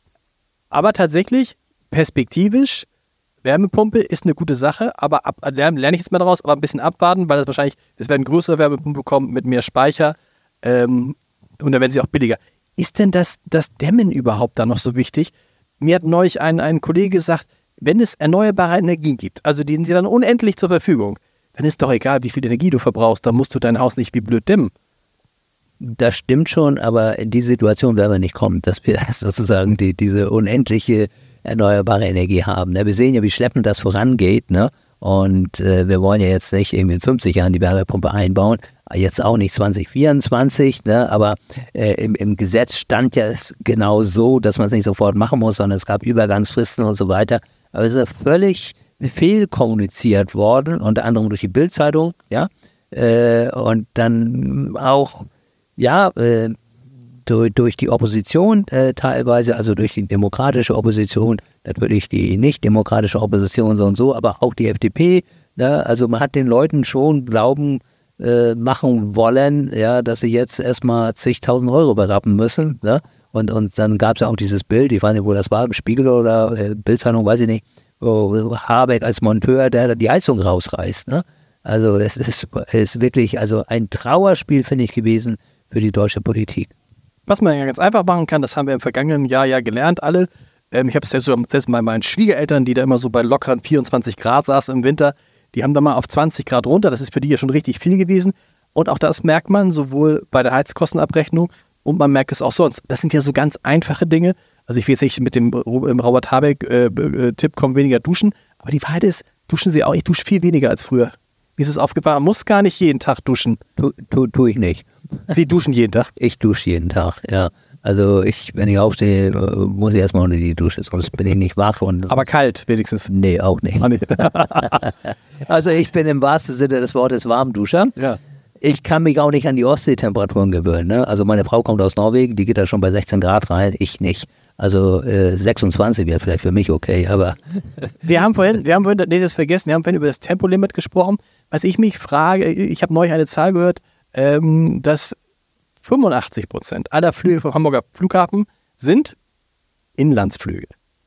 Aber tatsächlich, perspektivisch, Wärmepumpe ist eine gute Sache, aber ab, lerne ich jetzt mal daraus, aber ein bisschen abwarten, weil das wahrscheinlich, es werden größere Wärmepumpen bekommen mit mehr Speicher ähm, und dann werden sie auch billiger. Ist denn das, das Dämmen überhaupt da noch so wichtig? Mir hat neulich ein, ein Kollege gesagt, wenn es erneuerbare Energien gibt, also die sind dir dann unendlich zur Verfügung, dann ist doch egal, wie viel Energie du verbrauchst, dann musst du dein Haus nicht wie blöd dämmen. Das stimmt schon, aber in die Situation werden wir nicht kommen, dass wir sozusagen die, diese unendliche erneuerbare Energie haben. Wir sehen ja, wie schleppend das vorangeht, ne? Und äh, wir wollen ja jetzt nicht irgendwie in fünfzig Jahren die Wärmepumpe einbauen, jetzt auch nicht zwanzig vierundzwanzig, ne, aber äh, im, im Gesetz stand ja es genau so, dass man es nicht sofort machen muss, sondern es gab Übergangsfristen und so weiter. Aber es ist völlig fehlkommuniziert worden, unter anderem durch die Bild-Zeitung, ja, äh, und dann auch, ja, äh, durch, durch die Opposition äh, teilweise, also durch die demokratische Opposition, natürlich die nicht-demokratische Opposition so und so, aber auch die F D P, ne, also man hat den Leuten schon Glauben äh, machen wollen, ja, dass sie jetzt erstmal zigtausend Euro berappen müssen, ne, und, und dann gab es ja auch dieses Bild, ich weiß nicht, wo das war, im Spiegel oder äh, Bild-Zeitung, weiß ich nicht, wo Habeck als Monteur, der die Heizung rausreißt, ne? Also es ist, ist wirklich also ein Trauerspiel, finde ich, gewesen für die deutsche Politik. Was man ja ganz einfach machen kann, das haben wir im vergangenen Jahr ja gelernt, alle. Ähm, ich habe es ja so selbst mal meinen Schwiegereltern, die da immer so bei lockeren vierundzwanzig Grad saßen im Winter, die haben da mal auf zwanzig Grad runter. Das ist für die ja schon richtig viel gewesen. Und auch das merkt man sowohl bei der Heizkostenabrechnung und man merkt es auch sonst. Das sind ja so ganz einfache Dinge. Also ich will jetzt nicht mit dem Robert Habeck-Tipp, äh, kommen weniger duschen, aber die Wahrheit ist, duschen Sie auch, ich dusche viel weniger als früher. Mir ist es aufgefallen, man muss gar nicht jeden Tag duschen. Tu, tu, tu ich nicht. Sie duschen jeden Tag? Ich dusche jeden Tag, ja. Also ich, wenn ich aufstehe, muss ich erstmal unter die Dusche, sonst bin ich nicht wach. Und aber kalt wenigstens? Nee, auch nicht. Also ich bin im wahrsten Sinne des Wortes Warmduscher. Ja. Ich kann mich auch nicht an die Ostseetemperaturen gewöhnen. Ne? Also meine Frau kommt aus Norwegen, die geht da schon bei sechzehn Grad rein, ich nicht. Also äh, sechsundzwanzig wäre vielleicht für mich okay, aber... Wir haben vorhin, wir haben vorhin, nee, das vergessen, wir haben vorhin über das Tempolimit gesprochen. Was ich mich frage, ich habe neulich eine Zahl gehört, ähm, dass fünfundachtzig Prozent aller Flüge vom Hamburger Flughafen sind Inlandsflüge.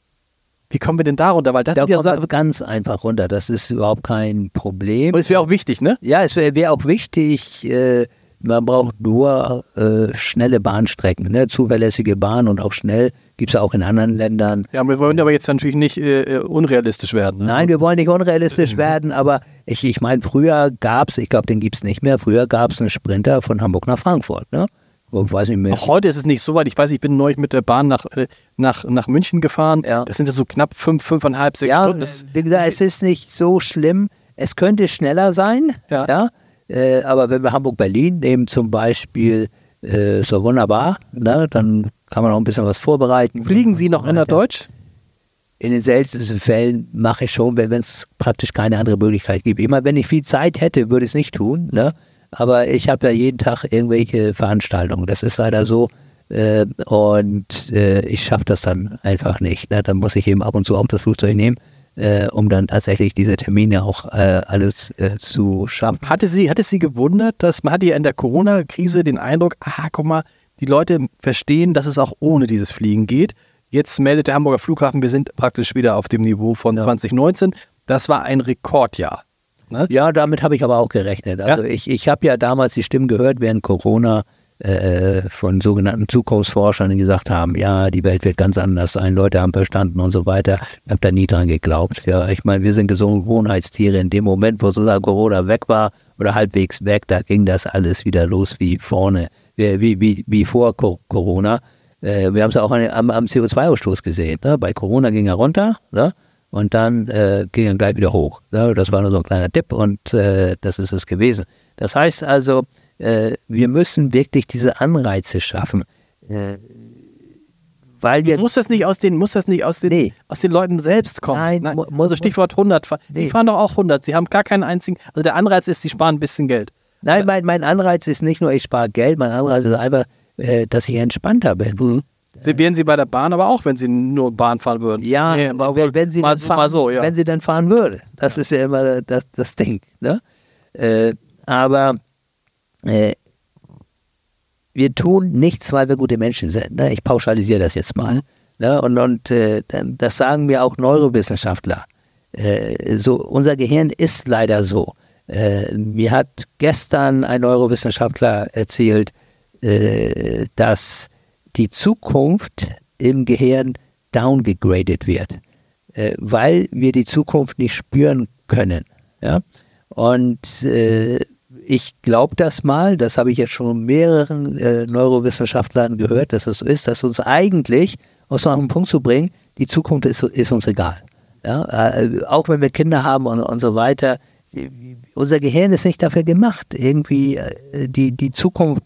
Wie kommen wir denn da runter? Weil das da ist ja kommt man ganz einfach runter, das ist überhaupt kein Problem. Und es wäre auch wichtig, ne? Ja, es wäre wär auch wichtig, äh, man braucht nur äh, schnelle Bahnstrecken, ne? Zuverlässige Bahn und auch schnell, gibt es ja auch in anderen Ländern. Ja, wir wollen aber jetzt natürlich nicht äh, unrealistisch werden. Ne? Nein, wir wollen nicht unrealistisch werden, aber ich, ich meine, früher gab es, ich glaube, den gibt es nicht mehr, früher gab es einen Sprinter von Hamburg nach Frankfurt, ne? Ich weiß nicht mehr. Auch heute ist es nicht so weit. Ich weiß, ich bin neulich mit der Bahn nach, nach, nach München gefahren. Ja. Das sind ja so knapp fünf, fünfeinhalb, sechs ja, Stunden. Das wie gesagt, es ist nicht so schlimm. Es könnte schneller sein, ja. ja? Äh, aber wenn wir Hamburg-Berlin nehmen zum Beispiel, äh, so wunderbar, ne? Dann kann man auch ein bisschen was vorbereiten. Fliegen Sie noch innerdeutsch? In den seltensten Fällen mache ich schon, wenn es praktisch keine andere Möglichkeit gibt. Immer wenn ich viel Zeit hätte, würde ich es nicht tun, ne? Aber ich habe ja jeden Tag irgendwelche Veranstaltungen. Das ist leider so. Äh, und äh, ich schaffe das dann einfach nicht. Ne? Dann muss ich eben ab und zu auch das Flugzeug nehmen, äh, um dann tatsächlich diese Termine auch äh, alles äh, zu schaffen. Hatte Sie, hat es Sie gewundert, dass man hatte ja in der Corona-Krise den Eindruck, ah, guck mal, die Leute verstehen, dass es auch ohne dieses Fliegen geht. Jetzt meldet der Hamburger Flughafen, wir sind praktisch wieder auf dem Niveau von ja. zwanzig neunzehn. Das war ein Rekordjahr. Ne? Ja, damit habe ich aber auch gerechnet. Also ja. ich, ich habe ja damals die Stimmen gehört während Corona äh, von sogenannten Zukunftsforschern, die gesagt haben, ja, die Welt wird ganz anders sein, Leute haben verstanden und so weiter. Ich habe da nie dran geglaubt. Ja, ich meine, wir sind Gewohnheitstiere. In dem Moment, wo sozusagen Corona weg war oder halbwegs weg, da ging das alles wieder los wie vorne, wie, wie, wie vor Corona. Äh, wir haben es auch an, am, am C O zwei Ausstoß gesehen. Ne? Bei Corona ging er runter, ne? Und dann äh, ging er gleich wieder hoch. Ja, das war nur so ein kleiner Tipp und äh, das ist es gewesen. Das heißt also, äh, wir müssen wirklich diese Anreize schaffen. Äh, weil wir muss das nicht aus den, muss das nicht aus den, nee. aus den Leuten selbst kommen? Nein, Nein. Mu- Also Stichwort hundert. Nee. Die fahren doch auch hundert. Sie haben gar keinen einzigen. Also der Anreiz ist, sie sparen ein bisschen Geld. Nein, mein, mein Anreiz ist nicht nur, ich spare Geld, mein Anreiz ist einfach, äh, dass ich entspannter bin. Mhm. Sie wären Sie bei der Bahn aber auch, wenn Sie nur Bahn fahren würden. Ja, nee, aber wenn, wenn, Sie mal, dann fahren, mal so, ja. wenn Sie dann fahren würde. Das ja. ist ja immer das, das Ding. Ne? Äh, aber äh, wir tun nichts, weil wir gute Menschen sind. Ne? Ich pauschalisiere das jetzt mal. Mhm. Ne? Und, und äh, das sagen mir auch Neurowissenschaftler. Äh, so, unser Gehirn ist leider so. Äh, mir hat gestern ein Neurowissenschaftler erzählt, äh, dass die Zukunft im Gehirn downgegradet wird, äh, weil wir die Zukunft nicht spüren können. Ja? Und äh, ich glaube das mal, das habe ich jetzt schon mehreren äh, Neurowissenschaftlern gehört, dass es so ist, dass uns eigentlich, um es noch auf den Punkt zu bringen, die Zukunft ist, ist uns egal. Ja? Äh, auch wenn wir Kinder haben und, und so weiter, unser Gehirn ist nicht dafür gemacht, irgendwie äh, die, die Zukunft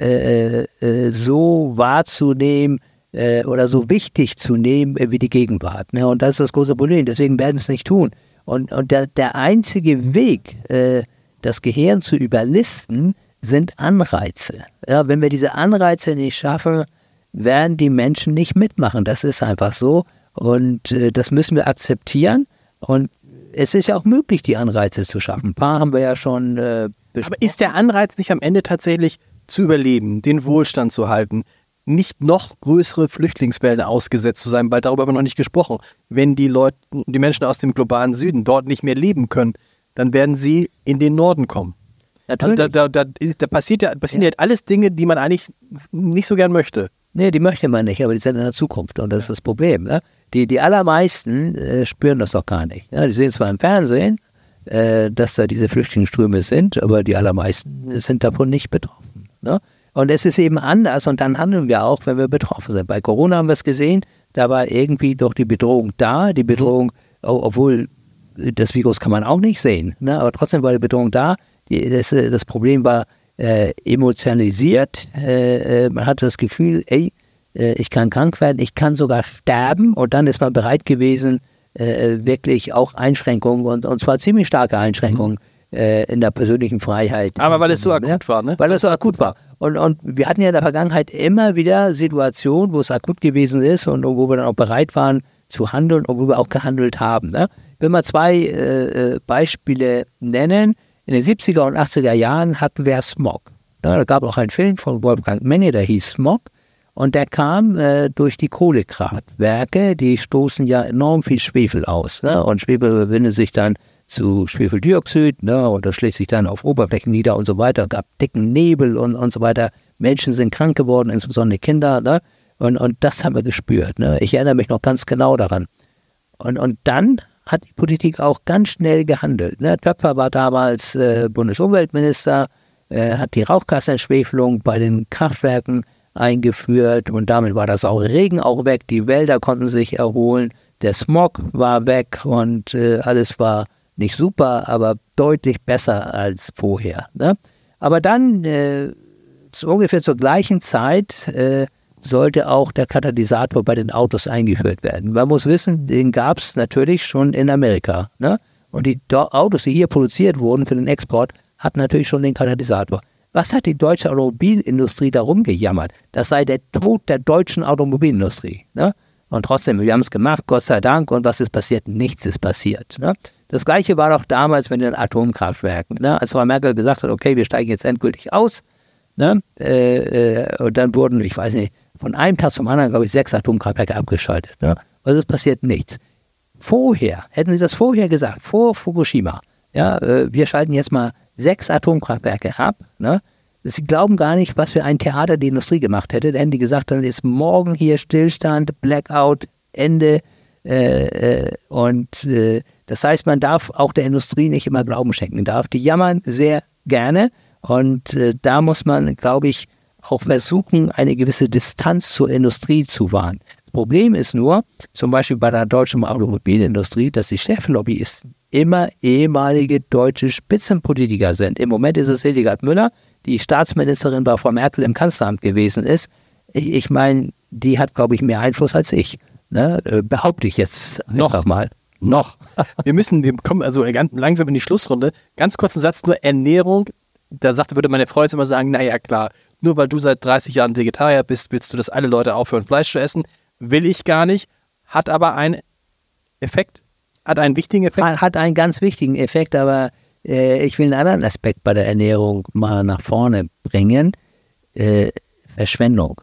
äh, äh, so wahrzunehmen äh, oder so wichtig zu nehmen äh, wie die Gegenwart. Ne? Und das ist das große Problem. Deswegen werden wir es nicht tun. Und, und der, der einzige Weg, äh, das Gehirn zu überlisten, sind Anreize. Ja, wenn wir diese Anreize nicht schaffen, werden die Menschen nicht mitmachen. Das ist einfach so. Und äh, das müssen wir akzeptieren. Und es ist ja auch möglich, die Anreize zu schaffen. Ein paar haben wir ja schon äh, besprochen. Aber ist der Anreiz nicht am Ende tatsächlich zu überleben, den Wohlstand zu halten, nicht noch größere Flüchtlingswellen ausgesetzt zu sein, weil darüber haben wir noch nicht gesprochen. Wenn die Leute, die Menschen aus dem globalen Süden dort nicht mehr leben können, dann werden sie in den Norden kommen. Natürlich. Also da, da, da, da passiert ja, passieren ja. ja alles Dinge, die man eigentlich nicht so gern möchte. Nee, die möchte man nicht, aber die sind in der Zukunft und das ist das Problem. Ne? Die, die allermeisten äh, spüren das doch gar nicht. Ja? Die sehen zwar im Fernsehen, äh, dass da diese Flüchtlingsströme sind, aber die allermeisten sind davon nicht betroffen. Ne? Und es ist eben anders und dann handeln wir auch, wenn wir betroffen sind. Bei Corona haben wir es gesehen, da war irgendwie doch die Bedrohung da, die Bedrohung, obwohl das Virus kann man auch nicht sehen, ne? Aber trotzdem war die Bedrohung da. Die, das, das Problem war äh, emotionalisiert. Äh, man hatte das Gefühl, ey, äh, ich kann krank werden, ich kann sogar sterben und dann ist man bereit gewesen, äh, wirklich auch Einschränkungen und, und zwar ziemlich starke Einschränkungen äh, in der persönlichen Freiheit. Aber weil es so akut ja? war, ne? Weil es so akut war. Und, und wir hatten ja in der Vergangenheit immer wieder Situationen, wo es akut gewesen ist und, und wo wir dann auch bereit waren zu handeln und wo wir auch gehandelt haben. Ne? Ich will mal zwei äh, Beispiele nennen. In den siebziger und achtziger Jahren hatten wir Smog. Ja, da gab es auch einen Film von Wolfgang Menge, der hieß Smog. Und der kam äh, durch die Kohlekraftwerke, die stoßen ja enorm viel Schwefel aus. Ne? Und Schwefel bindet sich dann zu Schwefeldioxid, ne? Und das schlägt sich dann auf Oberflächen nieder und so weiter. Es gab dicken Nebel und, und so weiter. Menschen sind krank geworden, insbesondere Kinder. Ne? Und, und das haben wir gespürt. Ne? Ich erinnere mich noch ganz genau daran. Und, und dann hat die Politik auch ganz schnell gehandelt. Ne? Töpfer war damals äh, Bundesumweltminister, äh, hat die Rauchgasentschwefelung bei den Kraftwerken eingeführt und damit war der saure Regen auch weg, die Wälder konnten sich erholen, der Smog war weg und äh, alles war nicht super, aber deutlich besser als vorher. Ne? Aber dann, äh, zu ungefähr zur gleichen Zeit, äh, sollte auch der Katalysator bei den Autos eingeführt werden. Man muss wissen, den gab es natürlich schon in Amerika. Ne? Und die Do- Autos, die hier produziert wurden für den Export, hatten natürlich schon den Katalysator. Was hat die deutsche Automobilindustrie darum gejammert? Das sei der Tod der deutschen Automobilindustrie. Ne? Und trotzdem, wir haben es gemacht, Gott sei Dank. Und was ist passiert? Nichts ist passiert. Ne? Das Gleiche war doch damals mit den Atomkraftwerken. Ne? Als Frau Merkel gesagt hat, okay, wir steigen jetzt endgültig aus. Ne? Äh, äh, und dann wurden, ich weiß nicht, von einem Tag zum anderen, glaube ich, sechs Atomkraftwerke abgeschaltet. Ne? Also es passiert nichts. Vorher, hätten Sie das vorher gesagt, vor Fukushima, ja, äh, wir schalten jetzt mal sechs Atomkraftwerke ab, ne? Sie glauben gar nicht, was für ein Theater die Industrie gemacht hätte. Dann hätten die gesagt, dann ist morgen hier Stillstand, Blackout, Ende. Äh, äh, und äh, das heißt, man darf auch der Industrie nicht immer Glauben schenken. Darf die jammern sehr gerne. Und äh, da muss man, glaube ich, auch versuchen, eine gewisse Distanz zur Industrie zu wahren. Das Problem ist nur, zum Beispiel bei der deutschen Automobilindustrie, dass die Cheflobbyisten immer ehemalige deutsche Spitzenpolitiker sind. Im Moment ist es Hildegard Müller, die Staatsministerin bei Frau Merkel im Kanzleramt gewesen ist. Ich, ich meine, die hat, glaube ich, mehr Einfluss als ich. Ne? Behaupte ich jetzt noch einfach mal. Noch. Wir müssen, wir kommen also ganz langsam in die Schlussrunde. Ganz kurzen Satz nur, Ernährung. Da sagte, würde meine Frau jetzt immer sagen, naja klar, nur weil du seit dreißig Jahren Vegetarier bist, willst du, dass alle Leute aufhören, Fleisch zu essen. Will ich gar nicht. Hat aber einen Effekt. Hat einen wichtigen Effekt. Hat einen ganz wichtigen Effekt, aber äh, ich will einen anderen Aspekt bei der Ernährung mal nach vorne bringen. Äh, Verschwendung.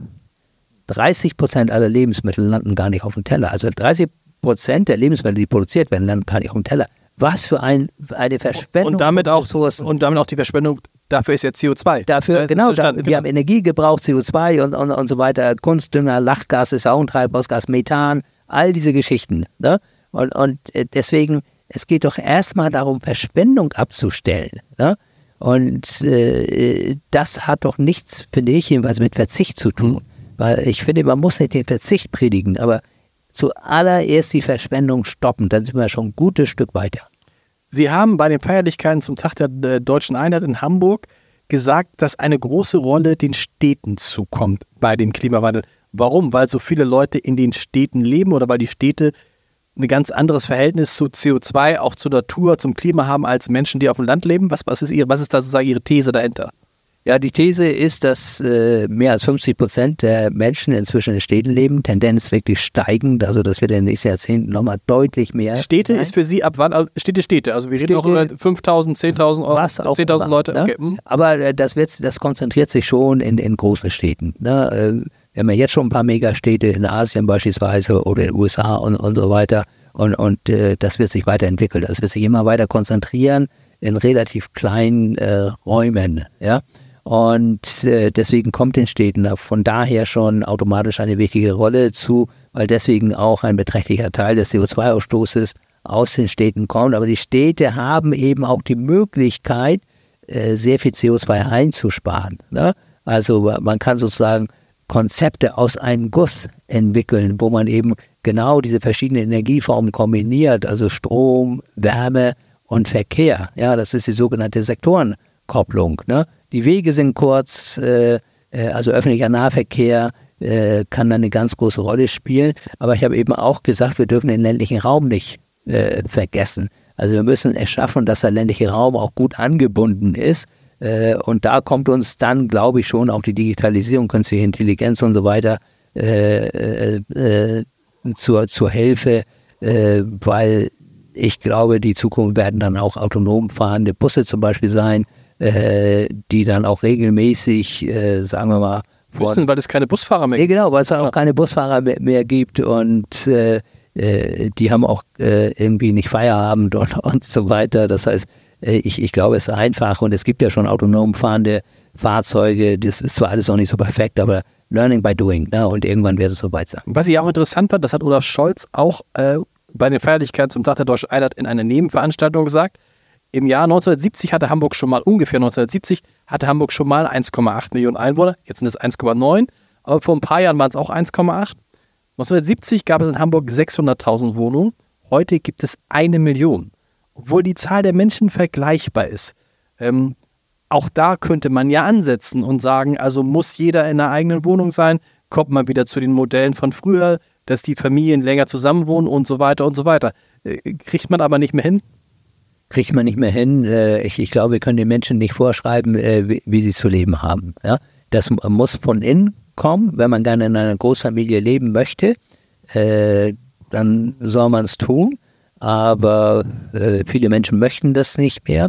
dreißig Prozent aller Lebensmittel landen gar nicht auf dem Teller. Also dreißig Prozent der Lebensmittel, die produziert werden, landen gar nicht auf dem Teller. Was für ein, eine Verschwendung. Und damit, auch, und damit auch die Verschwendung, dafür ist ja C O zwei. Dafür, genau, da, wir genau. haben Energie gebraucht, C O zwei und, und, und so weiter, Kunstdünger, Lachgas ist auch ein Treibhausgas, Methan, all diese Geschichten. Ne? Und, und deswegen, es geht doch erstmal darum, Verschwendung abzustellen. Ne? Und äh, das hat doch nichts, finde ich, jedenfalls mit Verzicht zu tun. Mhm. Weil ich finde, man muss nicht den Verzicht predigen, aber zuallererst die Verschwendung stoppen, dann sind wir schon ein gutes Stück weiter. Sie haben bei den Feierlichkeiten zum Tag der äh, Deutschen Einheit in Hamburg gesagt, dass eine große Rolle den Städten zukommt bei dem Klimawandel. Warum? Weil so viele Leute in den Städten leben oder weil die Städte ein ganz anderes Verhältnis zu C O zwei, auch zur Natur, zum Klima haben als Menschen, die auf dem Land leben? Was, was ist, ihre, was ist da sozusagen Ihre These dahinter? Ja, die These ist, dass äh, mehr als fünfzig Prozent der Menschen inzwischen in Städten leben, Tendenz wirklich steigend, also das wird in den nächsten Jahrzehnten nochmal deutlich mehr. Städte sein. Ist für Sie ab wann? Also Städte, Städte, also wir reden auch über fünftausend, zehntausend Euro, zehntausend Leute. Ne? Okay. Aber äh, das, wird, das konzentriert sich schon in, in großen Städten. Ne? Äh, wir haben ja jetzt schon ein paar Megastädte in Asien beispielsweise oder in den U S A und, und so weiter und, und äh, das wird sich weiterentwickeln. Das wird sich immer weiter konzentrieren in relativ kleinen äh, Räumen, ja. Und äh, deswegen kommt den Städten von daher schon automatisch eine wichtige Rolle zu, weil deswegen auch ein beträchtlicher Teil des C O zwei Ausstoßes aus den Städten kommt. Aber die Städte haben eben auch die Möglichkeit, äh, sehr viel C O zwei einzusparen. Ne? Also man kann sozusagen Konzepte aus einem Guss entwickeln, wo man eben genau diese verschiedenen Energieformen kombiniert, also Strom, Wärme und Verkehr. Ja, das ist die sogenannte Sektorenkopplung. Ne? Die Wege sind kurz, äh, also öffentlicher Nahverkehr äh, kann da eine ganz große Rolle spielen. Aber ich habe eben auch gesagt, wir dürfen den ländlichen Raum nicht äh, vergessen. Also wir müssen es schaffen, dass der ländliche Raum auch gut angebunden ist. Äh, und da kommt uns dann, glaube ich, schon auch die Digitalisierung, künstliche Intelligenz und so weiter äh, äh, zur, zur Hilfe, äh, weil ich glaube, die Zukunft werden dann auch autonom fahrende Busse zum Beispiel sein, die dann auch regelmäßig, äh, sagen wir mal, Müssen, weil es keine Busfahrer mehr gibt. Ja, genau, weil es auch ja. keine Busfahrer mehr, mehr gibt und äh, äh, die haben auch äh, irgendwie nicht Feierabend und, und so weiter. Das heißt, äh, ich, ich glaube, es ist einfach und es gibt ja schon autonom fahrende Fahrzeuge. Das ist zwar alles noch nicht so perfekt, aber learning by doing. Ne? Und irgendwann wird es soweit sein. Was ich auch interessant fand, das hat Olaf Scholz auch äh, bei den Feierlichkeiten zum Tag der Deutschen Einheit in einer Nebenveranstaltung gesagt. Im Jahr neunzehnhundertsiebzig hatte Hamburg schon mal, ungefähr neunzehnhundertsiebzig, hatte Hamburg schon mal eins Komma acht Millionen Einwohner. Jetzt sind es eins Komma neun, aber vor ein paar Jahren waren es auch eins Komma acht. neunzehnhundertsiebzig gab es in Hamburg sechshunderttausend Wohnungen. Heute gibt es eine Million. Obwohl die Zahl der Menschen vergleichbar ist. Ähm, auch da könnte man ja ansetzen und sagen, also muss jeder in einer eigenen Wohnung sein, kommt man wieder zu den Modellen von früher, dass die Familien länger zusammenwohnen und so weiter und so weiter. Äh, kriegt man aber nicht mehr hin. Kriegt man nicht mehr hin. Ich, ich glaube, wir können den Menschen nicht vorschreiben, wie, wie sie zu leben haben. Ja? Das muss von innen kommen. Wenn man gerne in einer Großfamilie leben möchte, äh, dann soll man es tun. Aber äh, viele Menschen möchten das nicht mehr.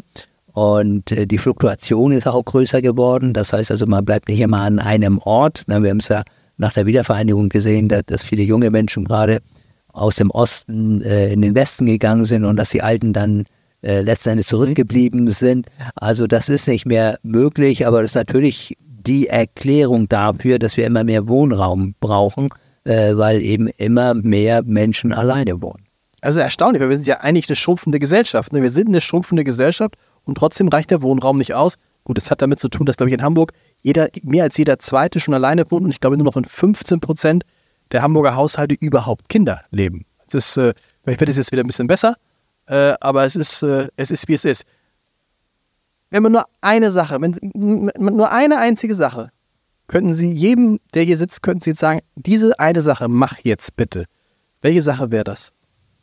Und äh, die Fluktuation ist auch größer geworden. Das heißt also, man bleibt nicht immer an einem Ort. Wir haben es ja nach der Wiedervereinigung gesehen, dass, dass viele junge Menschen gerade aus dem Osten äh, in den Westen gegangen sind und dass die Alten dann Äh, letztendlich zurückgeblieben sind. Also das ist nicht mehr möglich, aber das ist natürlich die Erklärung dafür, dass wir immer mehr Wohnraum brauchen, äh, weil eben immer mehr Menschen alleine wohnen. Also erstaunlich, weil wir sind ja eigentlich eine schrumpfende Gesellschaft. Ne? Wir sind eine schrumpfende Gesellschaft und trotzdem reicht der Wohnraum nicht aus. Gut, das hat damit zu tun, dass, glaube ich, in Hamburg jeder, mehr als jeder Zweite schon alleine wohnt und ich glaube nur noch in fünfzehn Prozent der Hamburger Haushalte überhaupt Kinder leben. Das, äh, vielleicht wird es jetzt wieder ein bisschen besser. Äh, aber es ist, äh, es ist, wie es ist. Wenn man nur eine Sache, wenn nur eine einzige Sache, könnten Sie jedem, der hier sitzt, könnten Sie jetzt sagen, diese eine Sache, mach jetzt bitte. Welche Sache wäre das?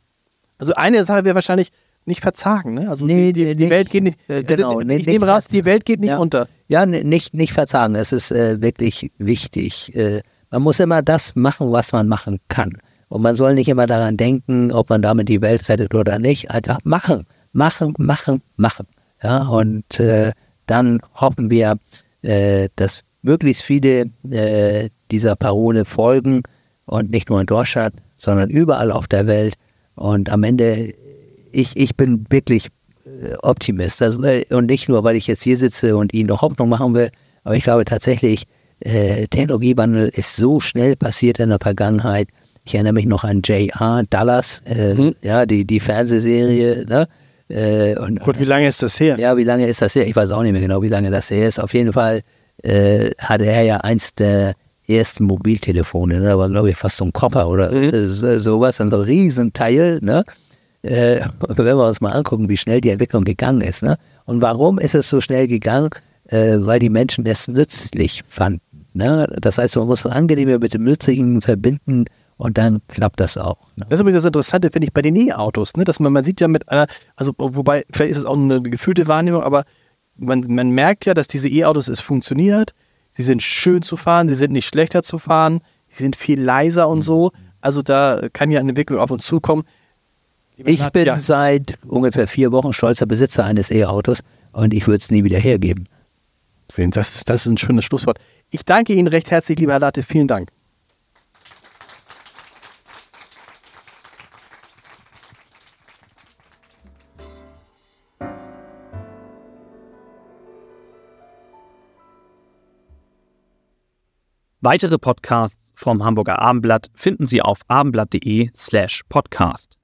Also eine Sache wäre wahrscheinlich nicht verzagen, ne? Also nee, die, die, die Welt geht nicht, äh, genau, ich nicht, nehme raus, die Welt geht nicht ja. unter. Ja, nicht, nicht verzagen, es ist äh, wirklich wichtig. Äh, man muss immer das machen, was man machen kann. Und man soll nicht immer daran denken, ob man damit die Welt rettet oder nicht. Einfach machen, machen, machen, machen. Ja, und äh, dann hoffen wir, äh, dass möglichst viele äh, dieser Parole folgen und nicht nur in Deutschland, sondern überall auf der Welt. Und am Ende, ich, ich bin wirklich äh, Optimist. Also, und nicht nur, weil ich jetzt hier sitze und Ihnen noch Hoffnung machen will, aber ich glaube tatsächlich, äh, Technologiewandel ist so schnell passiert in der Vergangenheit. Ich erinnere mich noch an J R. Dallas, äh, mhm. ja, die, die Fernsehserie. Ne? Äh, und, Gut, wie lange ist das her? Ja, wie lange ist das her? Ich weiß auch nicht mehr genau, wie lange das her ist. Auf jeden Fall äh, hatte er ja eins der ersten Mobiltelefone. Ne? Da war, glaube ich, fast so ein Kopper oder mhm. äh, sowas, ein Riesenteil. Ne? äh, wenn wir uns mal angucken, wie schnell die Entwicklung gegangen ist. Ne? Und warum ist es so schnell gegangen? Äh, weil die Menschen es nützlich fanden. Ne? Das heißt, man muss das Angenehme mit dem Nützlichen verbinden und dann klappt das auch. Ne? Das ist übrigens das Interessante, finde ich, bei den E-Autos, ne? Dass man, man sieht ja mit einer, also wobei, vielleicht ist es auch eine gefühlte Wahrnehmung, aber man, man merkt ja, dass diese E-Autos, es funktioniert, sie sind schön zu fahren, sie sind nicht schlechter zu fahren, sie sind viel leiser und so, also da kann ja eine Entwicklung auf uns zukommen. Ich hat, bin ja. seit ungefähr vier Wochen stolzer Besitzer eines E-Autos und ich würde es nie wieder hergeben. Das, das ist ein schönes Schlusswort. Ich danke Ihnen recht herzlich, lieber Herr Latte, vielen Dank. Weitere Podcasts vom Hamburger Abendblatt finden Sie auf abendblatt punkt de slash podcast.